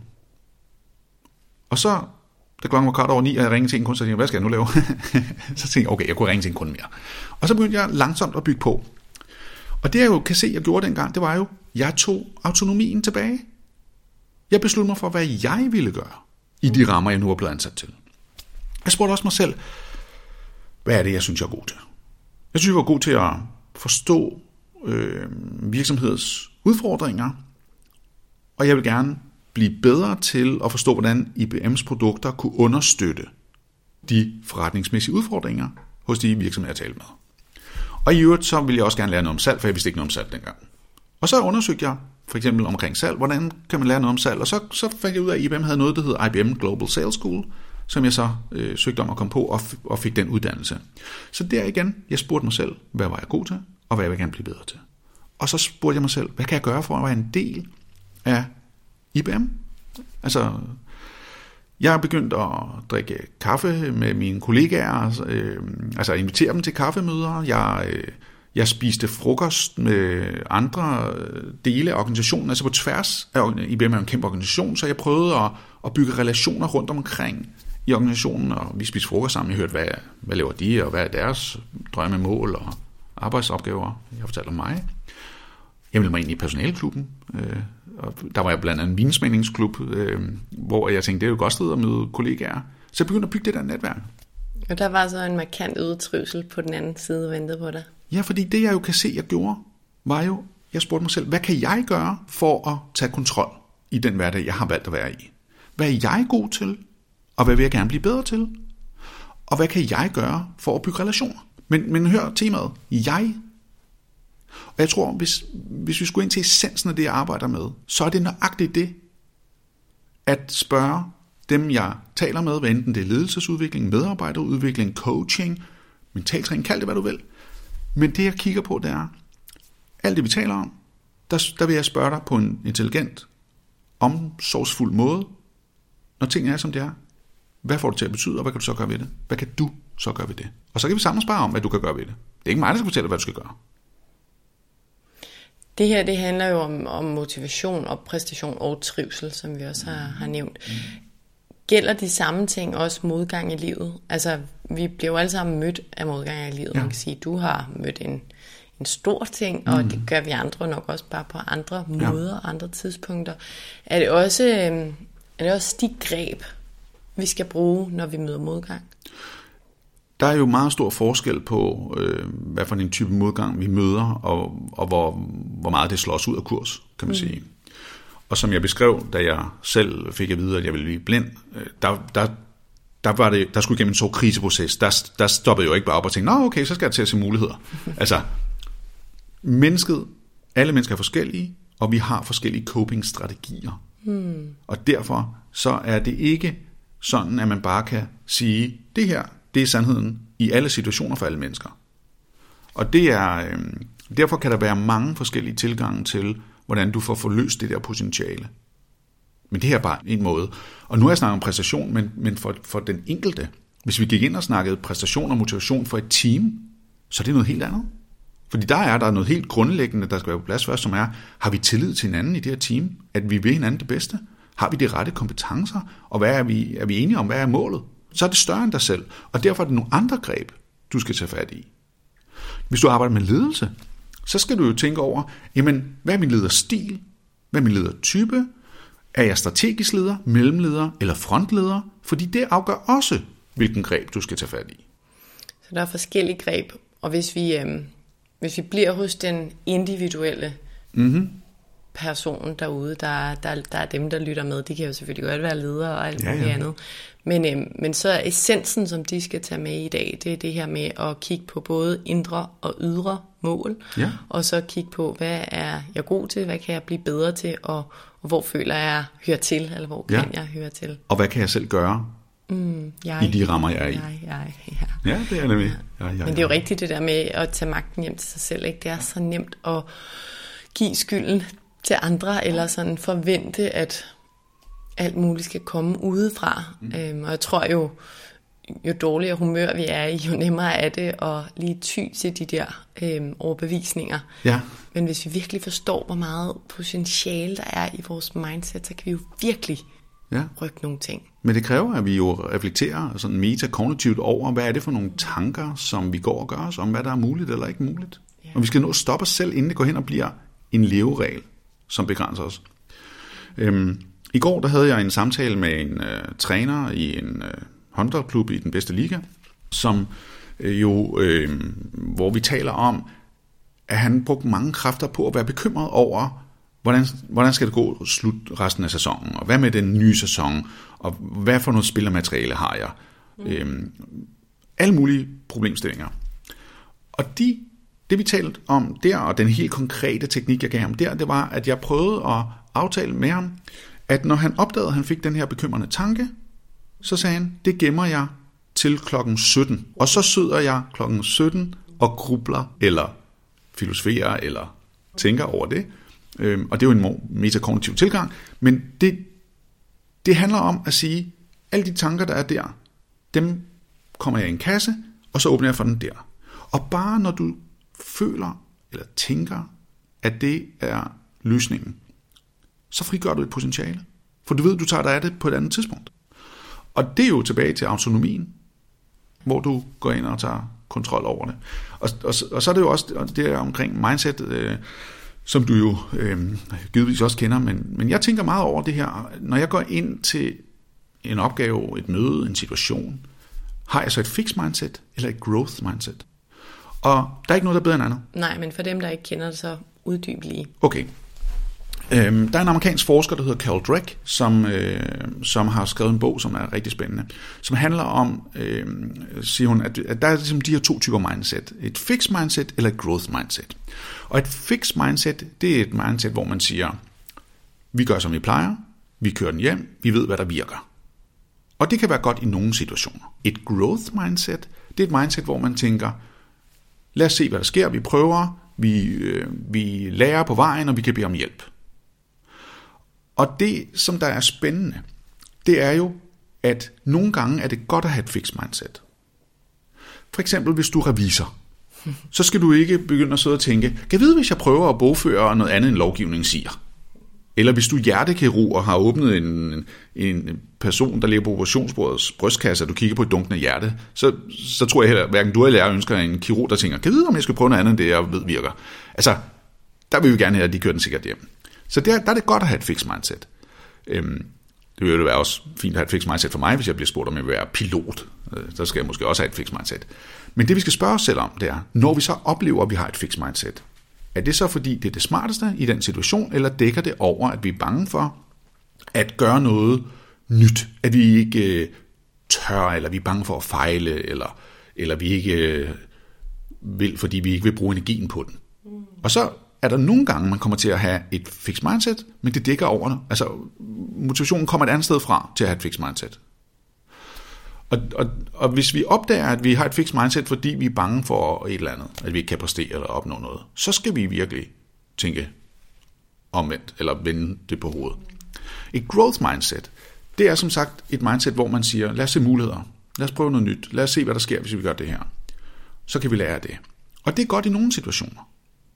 Og så, da klokken var 8:15, og jeg ringede til 1 kunde, så tænkte jeg, hvad skal jeg nu lave? Så tænkte jeg, okay, jeg kunne ringe til 1 kunde mere. Og så begyndte jeg langsomt at bygge på. Og det jeg jo kan se, jeg gjorde dengang, det var jo, jeg tog autonomien tilbage. Jeg besluttede mig for, hvad jeg ville gøre i de rammer, jeg nu er blevet ansat til. Jeg spurgte også mig selv, hvad er det, jeg synes, jeg er god til? Jeg synes, jeg var god til at forstå virksomhedens udfordringer, og jeg vil gerne blive bedre til at forstå, hvordan IBM's produkter kunne understøtte de forretningsmæssige udfordringer hos de virksomheder, jeg talte med. Og i øvrigt, så ville jeg også gerne lære noget om salg, for jeg vidste ikke noget om salg dengang. Og så undersøgte jeg for eksempel omkring salg, hvordan kan man lære noget om salg, og så fik jeg ud af, at IBM havde noget, der hedder IBM Global Sales School, som jeg så søgte om at komme på og fik den uddannelse. Så der igen, jeg spurgte mig selv, hvad var jeg god til, og hvad jeg vil gerne blive bedre til. Og så spurgte jeg mig selv, hvad kan jeg gøre for at være en del af IBM? Altså, jeg har begyndt at drikke kaffe med mine kollegaer, altså invitere dem til kaffemøder. Jeg spiste frokost med andre dele af organisationen, altså på tværs af IBM er en kæmpe organisation, så jeg prøvede at bygge relationer rundt omkring i organisationen, og vi spiste frokost sammen. Jeg hørte, hvad laver de, og hvad er deres drømmemål og arbejdsopgaver. Jeg fortalte om mig. Jeg meldte mig ind i personaleklubben, og der var jeg blandt andet en vinsmændingsklub, hvor jeg tænkte, det er jo godt sted at møde kollegaer. Så jeg begyndte at bygge det der netværk. Og der var så en markant udtrivsel på den anden side og ventede på dig. Ja, fordi det jeg jo kan se, jeg gjorde, var jo, jeg spurgte mig selv, hvad kan jeg gøre for at tage kontrol i den hverdag, jeg har valgt at være i? Hvad er jeg god til, og hvad vil jeg gerne blive bedre til? Og hvad kan jeg gøre for at bygge relationer? Men hør temaet, jeg. Og jeg tror, hvis vi skulle ind til essensen af det, jeg arbejder med, så er det nøjagtigt det, at spørge dem, jeg taler med, hvad enten det er ledelsesudvikling, medarbejderudvikling, coaching, mentaltræning, kald det hvad du vil. Men det jeg kigger på, det er, alt det vi taler om, der vil jeg spørge dig på en intelligent, omsorgsfuld måde, når tingene er som det er. Hvad får det til at betyde, og hvad kan du så gøre ved det? Hvad kan du så gøre ved det? Og så kan vi sammen spare om, hvad du kan gøre ved det. Det er ikke mig, der skal fortælle, hvad du skal gøre. Det her, det handler jo om motivation og præstation og trivsel, som vi også har nævnt. Gælder de samme ting også modgang i livet? Altså, vi bliver jo alle sammen mødt af modgang i livet. Ja. Man kan sige, du har mødt en stor ting, og det gør vi andre nok også bare på andre måder, andre tidspunkter. Er det også de greb, vi skal bruge, når vi møder modgang? Der er jo meget stor forskel på, hvad for en type modgang vi møder, og hvor meget det slår os ud af kurs, kan man sige. Og som jeg beskrev, da jeg selv fik at vide, at jeg ville blive blind, der skulle igennem en så kriseproces. Der stoppede jeg jo ikke bare op og tænkte, nå okay, så skal jeg til at se muligheder. Altså, alle mennesker er forskellige, og vi har forskellige coping-strategier. Og derfor så er det ikke sådan, at man bare kan sige, det her, det er sandheden i alle situationer for alle mennesker. Og det er, derfor kan der være mange forskellige tilgange til, hvordan du får forløst det der potentiale. Men det her er bare en måde. Og nu har jeg snakket om præstation, men for den enkelte, hvis vi gik ind og snakkede præstation og motivation for et team, så er det noget helt andet. Fordi der er noget helt grundlæggende, der skal være på plads først, som er, har vi tillid til hinanden i det her team? At vi vil hinanden det bedste? Har vi de rette kompetencer? Og hvad er vi enige om, hvad er målet? Så er det større end dig selv. Og derfor er det nogle andre greb, du skal tage fat i. Hvis du arbejder med ledelse, så skal du jo tænke over, jamen, hvad er min lederstil? Hvad er min ledertype? Er jeg strategisk leder, mellemleder eller frontleder? Fordi det afgør også, hvilken greb du skal tage fat i. Så der er forskellige greb, og hvis vi bliver hos den individuelle person derude, der er dem, der lytter med, de kan jo selvfølgelig godt være ledere og alt muligt andet. Men så er essensen, som de skal tage med i dag, det er det her med at kigge på både indre og ydre mål, og så kigge på, hvad er jeg god til, hvad kan jeg blive bedre til, og hvor føler jeg hører til, eller hvor kan jeg høre til. Og hvad kan jeg selv gøre i de rammer, jeg er i? Ja, det er nemlig. Men det er jo rigtigt det der med at tage magten hjem til sig selv, ikke? Det er så nemt at give skylden til andre, eller sådan forvente, at alt muligt skal komme udefra. Og jeg tror jo dårligere humør vi er i, jo nemmere er det at lige ty til de der overbevisninger. Ja. Men hvis vi virkelig forstår, hvor meget potentiale der er i vores mindset, så kan vi jo virkelig rykke nogle ting. Men det kræver, at vi jo reflekterer sådan metakognitivt over, hvad er det for nogle tanker, som vi går og gør os om, hvad der er muligt eller ikke muligt. Ja. Og vi skal nå at stoppe os selv, inden det går hen og bliver en leveregel, som begrænser os. I går der havde jeg en samtale med en træner i en håndboldklub i den bedste liga, som hvor vi taler om, at han brugte mange kræfter på at være bekymret over, hvordan skal det gå slut resten af sæsonen, og hvad med den nye sæson, og hvad for noget spillermateriale har jeg. Alle mulige problemstillinger. Og det vi talte om der, og den helt konkrete teknik, jeg gav ham der, det var, at jeg prøvede at aftale med ham, at når han opdagede, at han fik den her bekymrende tanke, så sagde han, det gemmer jeg til klokken 17. Og så sidder jeg klokken 17 og grubler, eller filosoferer, eller tænker over det. Og det er jo en metakognitiv tilgang. Men det handler om at sige, alle de tanker, der er der, dem kommer jeg i en kasse, og så åbner jeg for den der. Og bare når du føler eller tænker, at det er løsningen, så frigør du et potentiale. For du ved, du tager dig af det på et andet tidspunkt. Og det er jo tilbage til autonomien, hvor du går ind og tager kontrol over det. Og så er det jo også det der omkring mindset, som du jo givetvis også kender, men jeg tænker meget over det her. Når jeg går ind til en opgave, et møde, en situation, har jeg så et fixed mindset eller et growth mindset? Og der er ikke noget, der er bedre end andet. Nej, men for dem, der ikke kender det, så uddyb lige. Okay. Der er en amerikansk forsker, der hedder Carol Dweck, som har skrevet en bog, som er rigtig spændende, som handler om, siger hun, at der er ligesom de her to typer mindset. Et fixed mindset eller et growth mindset. Og et fixed mindset, det er et mindset, hvor man siger, vi gør som vi plejer, vi kører den hjem, vi ved, hvad der virker. Og det kan være godt i nogle situationer. Et growth mindset, det er et mindset, hvor man tænker, lad os se, hvad der sker, vi prøver, vi lærer på vejen, og vi kan bede om hjælp. Og det, som der er spændende, det er jo, at nogle gange er det godt at have et fixed mindset. For eksempel, hvis du er revisor. så skal du ikke begynde at sidde og tænke, kan jeg vide, hvis jeg prøver at bogføre noget andet, end lovgivningen siger? Eller hvis du hjertekirurg og har åbnet en person, der ligger på operationsbordets brystkasse, og du kigger på et dunkende hjerte, så tror jeg heller, hverken du eller jeg ønsker en kirurg, der tænker, kan jeg vide, om jeg skal prøve noget andet, end det jeg ved virker? Altså, der vil vi gerne have, at de kører den sikkert hjem. Så der er det godt at have et fixed mindset. Det vil jo være også fint at have et fixed mindset for mig, hvis jeg bliver spurgt, om jeg vil være pilot. Så skal jeg måske også have et fixed mindset. Men det vi skal spørge os selv om, det er, når vi så oplever, at vi har et fixed mindset, er det så fordi, det er det smarteste i den situation, eller dækker det over, at vi er bange for at gøre noget nyt? At vi ikke tør, eller vi er bange for at fejle, eller vi ikke vil, fordi vi ikke vil bruge energien på den. Og så er der nogle gange, man kommer til at have et fixed mindset, men det dækker over det. Altså, motivationen kommer et andet sted fra til at have et fixed mindset. Og hvis vi opdager, at vi har et fixed mindset, fordi vi er bange for et eller andet, at vi ikke kan præstere eller opnå noget, så skal vi virkelig tænke omvendt, eller vende det på hovedet. Et growth mindset, det er som sagt et mindset, hvor man siger, lad os se muligheder, lad os prøve noget nyt, lad os se, hvad der sker, hvis vi gør det her. Så kan vi lære det. Og det er godt i nogle situationer.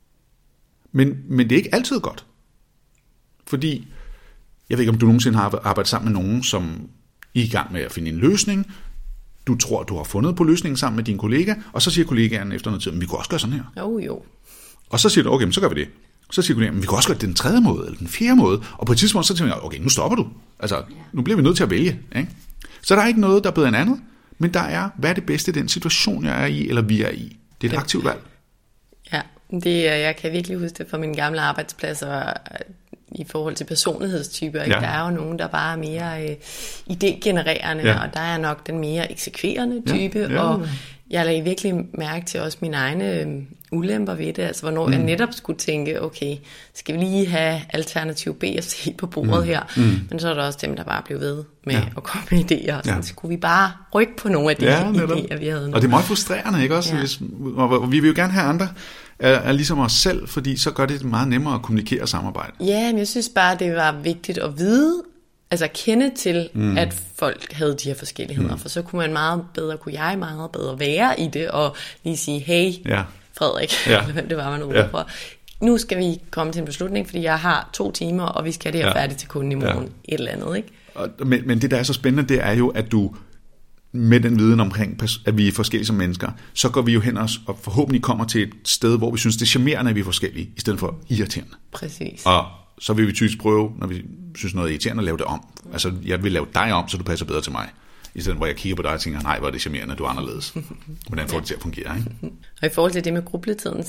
Men det er ikke altid godt. Fordi, jeg ved ikke, om du nogensinde har arbejdet sammen med nogen, som I er i gang med at finde en løsning. Du tror, du har fundet på løsningen sammen med din kollega, og så siger kollegaen efter noget tid, vi kunne også gøre sådan her. Jo. Og så siger du, okay, men så gør vi det. Så siger kollegaen, vi kan også gøre det den tredje måde, eller den fjerde måde. Og på et tidspunkt, så tænker jeg, okay, nu stopper du. Altså, nu bliver vi nødt til at vælge. Ikke? Så der er ikke noget, der er bedre end andet, men der er, hvad er det bedste i den situation, jeg er i, eller vi er i. Det er et aktivt valg. Ja, jeg kan virkelig huske det fra mine gamle arbejdspladser, i forhold til personlighedstyper. Ja. Der er jo nogen, der bare er mere idégenererende, og der er nok den mere eksekverende type, og jeg lagde virkelig mærke til også mine egne ulemper ved det, altså hvornår jeg netop skulle tænke, okay, skal vi lige have alternativ B og C på bordet her, men så er der også dem, der bare blev ved med at komme med idéer, og så skulle vi bare rykke på nogle af de idéer, vi havde nu. Og det er meget frustrerende, ikke også? Og vi vil jo gerne have andre er ligesom os selv, fordi så gør det meget nemmere at kommunikere og samarbejde. Ja, men jeg synes bare, det var vigtigt at vide, altså kende til, at folk havde de her forskelligheder, for så kunne jeg meget bedre være i det, og lige sige, hey, Frederik, eller hvem det var, man råber for. Nu skal vi komme til en beslutning, fordi jeg har 2 timer, og vi skal have det her færdigt til kunden i morgen, et eller andet, ikke? Men det, der er så spændende, det er jo, at du med den viden omkring, at vi er forskellige som mennesker, så går vi jo hen og forhåbentlig kommer til et sted, hvor vi synes, det er charmerende, at vi er forskellige, i stedet for irriterende. Præcis. Og så vil vi typisk prøve, når vi synes noget er irriterende, at lave det om. Altså, jeg vil lave dig om, så du passer bedre til mig. I stedet hvor jeg kigger på dig og tænker, nej, hvor er det charmerende, du er anderledes. Hvordan får det til at fungere, ikke? Og i forhold til det med grubletiden,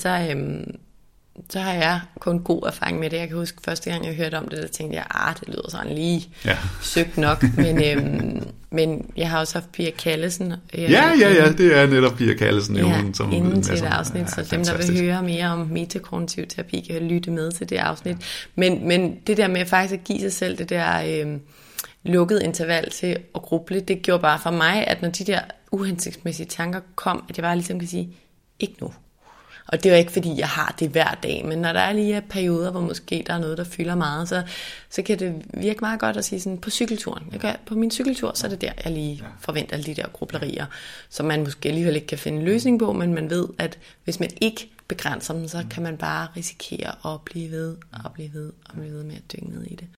så har jeg kun god erfaring med det. Jeg kan huske, første gang jeg hørte om det, der tænkte jeg, det lyder sådan lige søgt nok. Men jeg har også haft Pia Kallesen. Ja, det er netop Pia Kallesen. Som inden til et afsnit, så dem, der vil høre mere om metakognitiv terapi, kan lytte med til det afsnit. Men det der med faktisk at give sig selv det der lukket interval til at gruble, det gjorde bare for mig, at når de der uhensigtsmæssige tanker kom, at jeg bare ligesom kan sige, ikke nu. Og det er jo ikke, fordi jeg har det hver dag, men når der er lige perioder, hvor måske der er noget, der fylder meget, så kan det virke meget godt at sige sådan, på cykelturen. På min cykeltur, så er det der, jeg lige forventer alle de der grublerier, som man måske alligevel ikke kan finde en løsning på, men man ved, at hvis man ikke begrænser dem, så kan man bare risikere at blive ved med at dykke ned i det.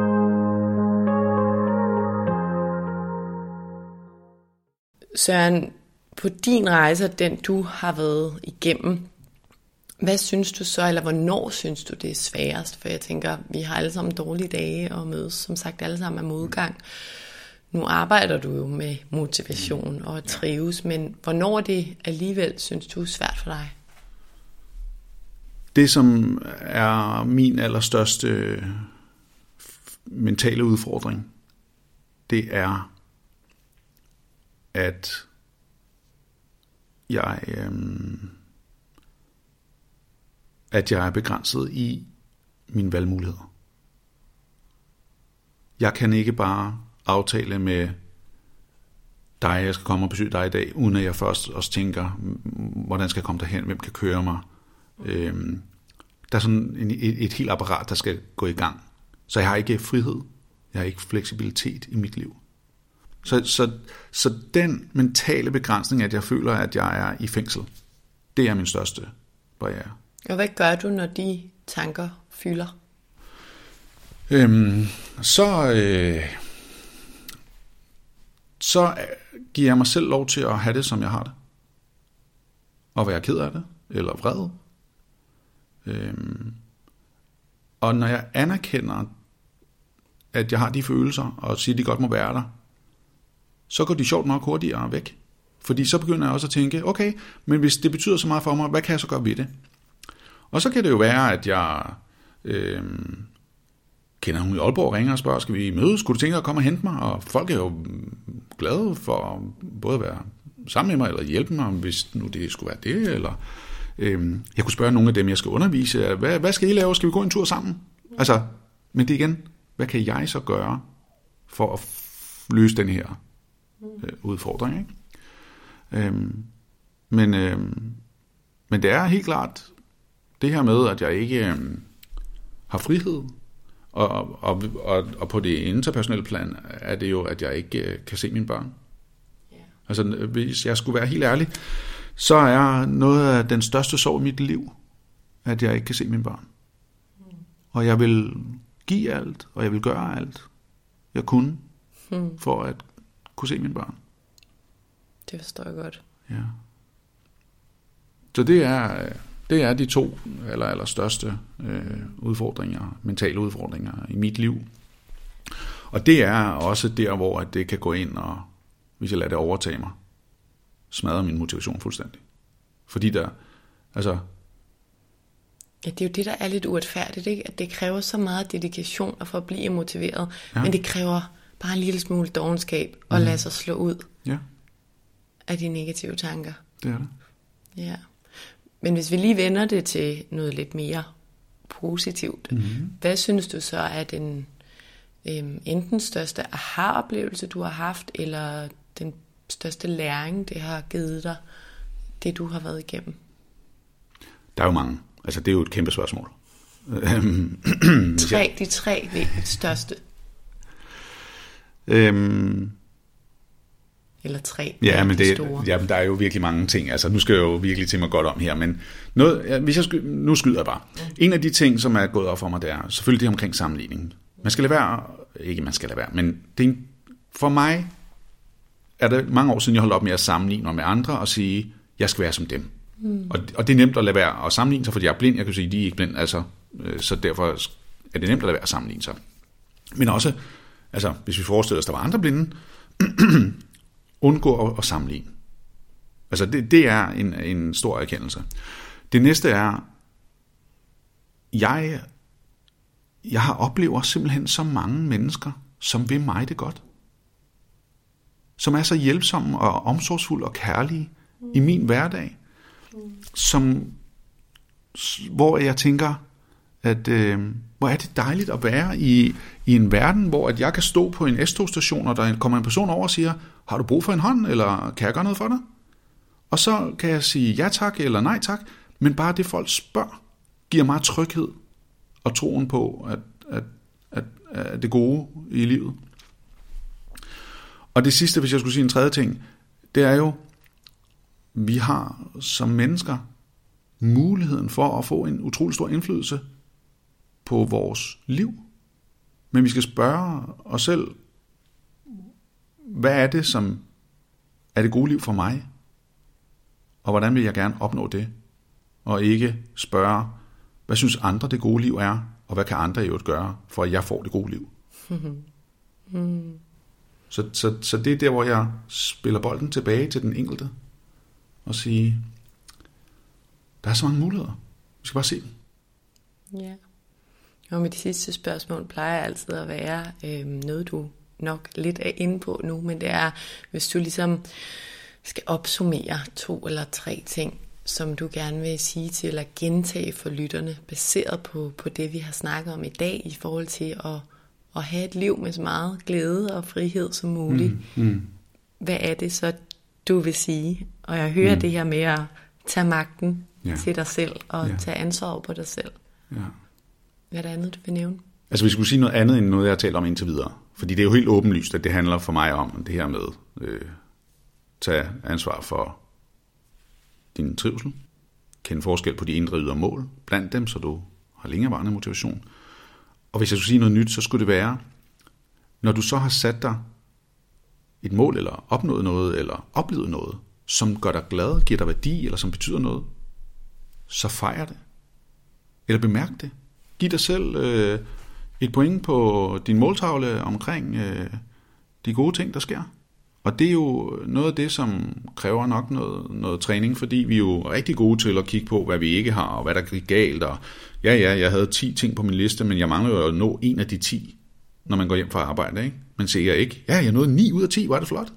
Søren, på din rejse, den du har været igennem, hvad synes du så, eller hvornår synes du, det er sværest? For jeg tænker, vi har alle sammen dårlige dage og mødes, som sagt, alle sammen af modgang. Nu arbejder du jo med motivation og trives, men hvornår er det alligevel, synes du, er svært for dig? Det, som er min allerstørste mentale udfordring, det er, at jeg er begrænset i mine valgmuligheder. Jeg kan ikke bare aftale med dig, jeg skal komme og besøge dig i dag, uden at jeg først også tænker, hvordan skal jeg komme derhen, hvem kan køre mig. Der er sådan et helt apparat, der skal gå i gang. Så jeg har ikke frihed, jeg har ikke fleksibilitet i mit liv. Så den mentale begrænsning, at jeg føler, at jeg er i fængsel, Det er min største barriere. Og hvad gør du, når de tanker fylder? Så giver jeg mig selv lov til at have det, som jeg har det. Og være ked af det, eller vred. Og når jeg anerkender, at jeg har de følelser, og siger, at de godt må være der, så går de sjovt nok hurtigere væk. Fordi så begynder jeg også at tænke, okay, men hvis det betyder så meget for mig, hvad kan jeg så gøre ved det? Og så kan det jo være, at jeg kender hun i Aalborg, ringer og spørger, skal vi mødes? Skulle du tænke at komme og hente mig? Og folk er jo glade for både at være sammen med mig, eller hjælpe mig, hvis nu det skulle være det. Eller jeg kunne spørge nogle af dem, jeg skal undervise, hvad skal I lave? Skal vi gå en tur sammen? Altså, men det igen, hvad kan jeg så gøre for at løse den her udfordring? Ikke? Men det er helt klart det her med, at jeg ikke har frihed, og på det interpersonelle plan er det jo, at jeg ikke kan se mine børn. Yeah. Altså, hvis jeg skulle være helt ærlig, så er noget af den største sorg i mit liv, at jeg ikke kan se mine børn. Og jeg vil give alt, og jeg vil gøre alt, jeg kunne, for at kunne se mine børn. Det forstår jeg godt. Ja. Så det er de to aller største udfordringer, mentale udfordringer i mit liv. Og det er også der, hvor det kan gå ind, og hvis jeg lader det overtage mig, smadrer min motivation fuldstændig. Fordi der, altså... Ja, det er jo det, der er lidt uretfærdigt, ikke? At det kræver så meget dedikation at få at blive motiveret, men det kræver bare en lille smule dovenskab at lade sig slå ud af de negative tanker. Det er det. Ja. Men hvis vi lige vender det til noget lidt mere positivt, hvad synes du så er den enten største aha-oplevelse, du har haft, eller den største læring, det har givet dig, det du har været igennem? Der er jo mange. Altså, det er jo et kæmpe spørgsmål. De tre største. Eller tre. Ja, men der er jo virkelig mange ting. Altså, nu skal jeg jo virkelig tænke mig godt om her, men nu skyder jeg bare. En af de ting, som er gået op for mig, det er selvfølgelig det omkring sammenligning. Man skal lade være, men for mig er det mange år siden, jeg holdt op med at sammenligne mig med andre og sige, jeg skal være som dem. Og det er nemt at lade være at sammenligne sig, fordi jeg er blind. Jeg kan sige, de er ikke blind, altså, så derfor er det nemt at lade være at sammenligne sig. Men også, altså, hvis vi forestiller os, der var andre blinde, undgå at sammenligne. Altså, det er en stor erkendelse. Det næste er, jeg har oplevet simpelthen så mange mennesker, som vil mig det godt. Som er så hjælpsomme og omsorgsfulde og kærlige i min hverdag. Hvor jeg tænker, at hvor er det dejligt at være i en verden, hvor at jeg kan stå på en S-togstation, og der kommer en person over og siger, har du brug for en hånd, eller kan jeg gøre noget for dig? Og så kan jeg sige ja tak, eller nej tak, men bare det folk spørger, giver mig tryghed og troen på, at det gode i livet. Og det sidste, hvis jeg skulle sige en tredje ting, det er jo, vi har som mennesker muligheden for at få en utrolig stor indflydelse på vores liv. Men vi skal spørge os selv, hvad er det, som er det gode liv for mig? Og hvordan vil jeg gerne opnå det? Og ikke spørge, hvad synes andre det gode liv er? Og hvad kan andre i øvrigt gøre, for at jeg får det gode liv? Så det er der, hvor jeg spiller bolden tilbage til den enkelte. Og sige, der er så mange muligheder. Vi skal bare se dem. Ja. Og med de sidste spørgsmål plejer altid at være noget, du nok lidt er inde på nu, men det er, hvis du ligesom skal opsummere 2 eller 3 ting, som du gerne vil sige til eller gentage for lytterne, baseret på det, vi har snakket om i dag, i forhold til at have et liv med så meget glæde og frihed som muligt. Hvad er det så, du vil sige? Og jeg hører det her med at tage magten til dig selv, og tage ansvaret på dig selv. Ja. Hvad er det andet, du vil nævne? Altså, vi skulle sige noget andet, end noget, jeg har talt om indtil videre. Fordi det er jo helt åbenlyst, at det handler for mig om det her med tage ansvar for din trivsel, kende forskel på de indre og ydre mål blandt dem, så du har længerevarende motivation. Og hvis jeg skulle sige noget nyt, så skulle det være, når du så har sat dig et mål, eller opnået noget, eller oplevet noget, som gør dig glad, giver dig værdi, eller som betyder noget, så fejr det. Eller bemærk det. Giv dig selv et point på din måltavle omkring de gode ting, der sker. Og det er jo noget af det, som kræver nok noget træning, fordi vi er jo rigtig gode til at kigge på, hvad vi ikke har, og hvad der gik galt. Og jeg havde 10 ting på min liste, men jeg mangler jo at nå en af de 10, når man går hjem fra arbejde, ikke? Men siger jeg ikke, jeg nåede 9 ud af 10, var det flot?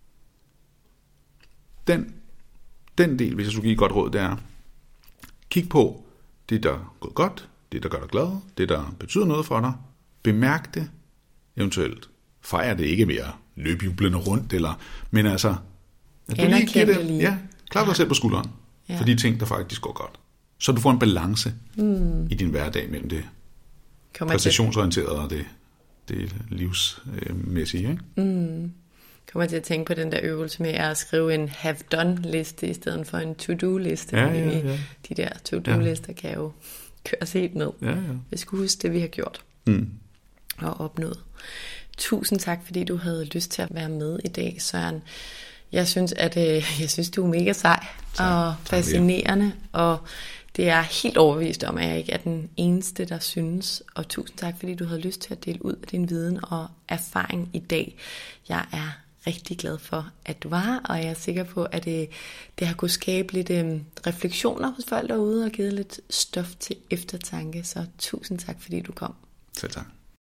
Den del, hvis jeg skulle give et godt råd, det er, kig på det, der er gået godt, det, der gør dig glad, det, der betyder noget for dig. Bemærk det, eventuelt fejr det ikke mere, løb jublende rundt, men altså, at du lige giver det, klap dig selv på skulderen, for de ting, der faktisk går godt. Så du får en balance i din hverdag mellem det præstationsorienterede og det livsmæssige, ikke? Kommer til at tænke på den der øvelse med at skrive en have done liste i stedet for en to do liste. De der to do lister kan jo køres helt ned. Vi skal huske det, vi har gjort og opnået. Tusind tak, fordi du havde lyst til at være med i dag, Søren. Jeg synes, du er mega sej og fascinerende, og det er helt overbevist om, at jeg ikke er den eneste, der synes. Og tusind tak, fordi du havde lyst til at dele ud af din viden og erfaring i dag. Jeg er rigtig glad for, at du var her, og jeg er sikker på, at det har kunnet skabe lidt refleksioner hos folk derude og givet lidt stof til eftertanke. Så tusind tak, fordi du kom. Selv tak.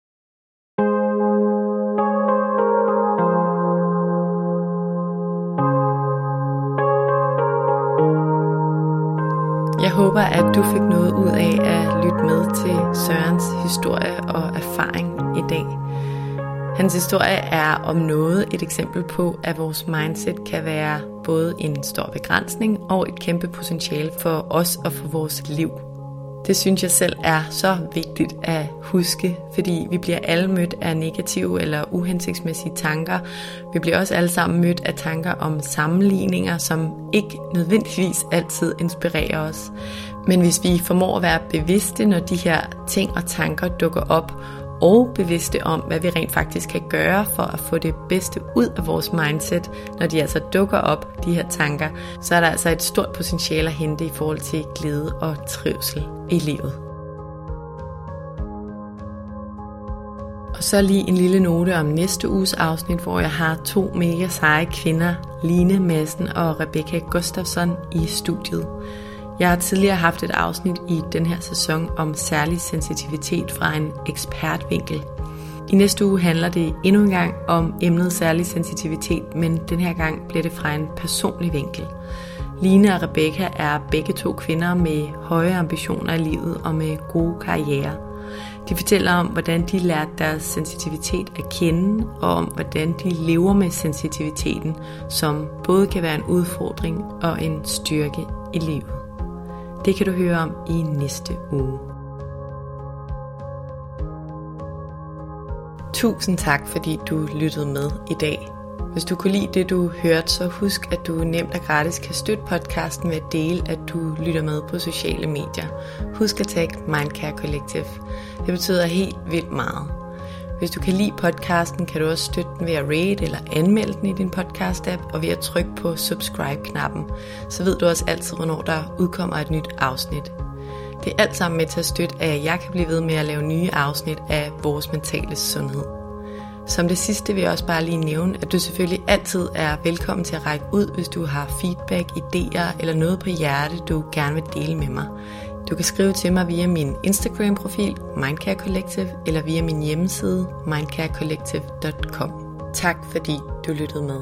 Jeg håber, at du fik noget ud af at lytte med til Sørens historie og erfaring i dag. Hans historie er om noget et eksempel på, at vores mindset kan være både en stor begrænsning og et kæmpe potentiale for os og for vores liv. Det synes jeg selv er så vigtigt at huske, fordi vi bliver alle mødt af negative eller uhensigtsmæssige tanker. Vi bliver også alle sammen mødt af tanker om sammenligninger, som ikke nødvendigvis altid inspirerer os. Men hvis vi formår at være bevidste, når de her ting og tanker dukker op, og bevidste om, hvad vi rent faktisk kan gøre for at få det bedste ud af vores mindset, når de altså dukker op, de her tanker, så er der altså et stort potentiale at hente i forhold til glæde og trivsel i livet. Og så lige en lille note om næste uges afsnit, hvor jeg har 2 mega seje kvinder, Line Madsen og Rebecca Gustafsson, i studiet. Jeg har tidligere haft et afsnit i den her sæson om særlig sensitivitet fra en ekspertvinkel. I næste uge handler det endnu en gang om emnet særlig sensitivitet, men den her gang bliver det fra en personlig vinkel. Line og Rebecca er begge 2 kvinder med høje ambitioner i livet og med gode karrierer. De fortæller om, hvordan de lærte deres sensitivitet at kende, og om hvordan de lever med sensitiviteten, som både kan være en udfordring og en styrke i livet. Det kan du høre om i næste uge. Tusind tak, fordi du lyttede med i dag. Hvis du kunne lide det, du hørte, så husk, at du nemt og gratis kan støtte podcasten ved at dele, at du lytter med på sociale medier. Husk at tagge Mindcare Collective. Det betyder helt vildt meget. Hvis du kan lide podcasten, kan du også støtte den ved at rate eller anmelde den i din podcast-app, og ved at trykke på subscribe-knappen. Så ved du også altid, hvornår der udkommer et nyt afsnit. Det er alt sammen med til at støtte, at jeg kan blive ved med at lave nye afsnit af vores mentale sundhed. Som det sidste vil jeg også bare lige nævne, at du selvfølgelig altid er velkommen til at række ud, hvis du har feedback, idéer eller noget på hjerte, du gerne vil dele med mig. Du kan skrive til mig via min Instagram-profil, Mindcare Collective, eller via min hjemmeside, mindcarecollective.com. Tak fordi du lyttede med.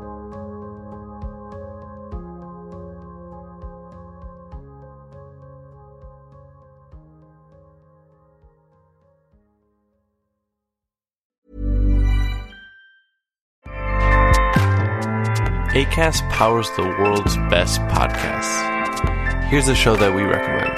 Acast powers the world's best podcasts. Here's a show that we recommend.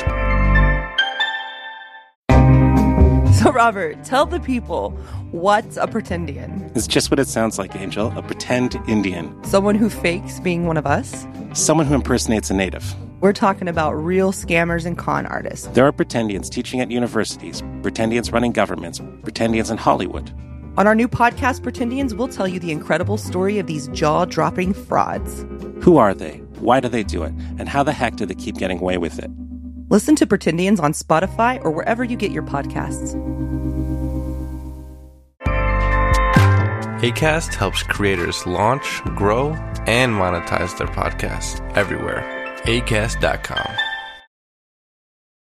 So, Robert, tell the people, what's a pretendian? It's just what it sounds like, Angel. A pretend Indian. Someone who fakes being one of us? Someone who impersonates a native. We're talking about real scammers and con artists. There are pretendians teaching at universities, pretendians running governments, pretendians in Hollywood. On our new podcast, Pretendians, we'll tell you the incredible story of these jaw-dropping frauds. Who are they? Why do they do it? And how the heck do they keep getting away with it? Listen to Pretendians on Spotify or wherever you get your podcasts. Acast helps creators launch, grow, and monetize their podcasts everywhere. Acast.com.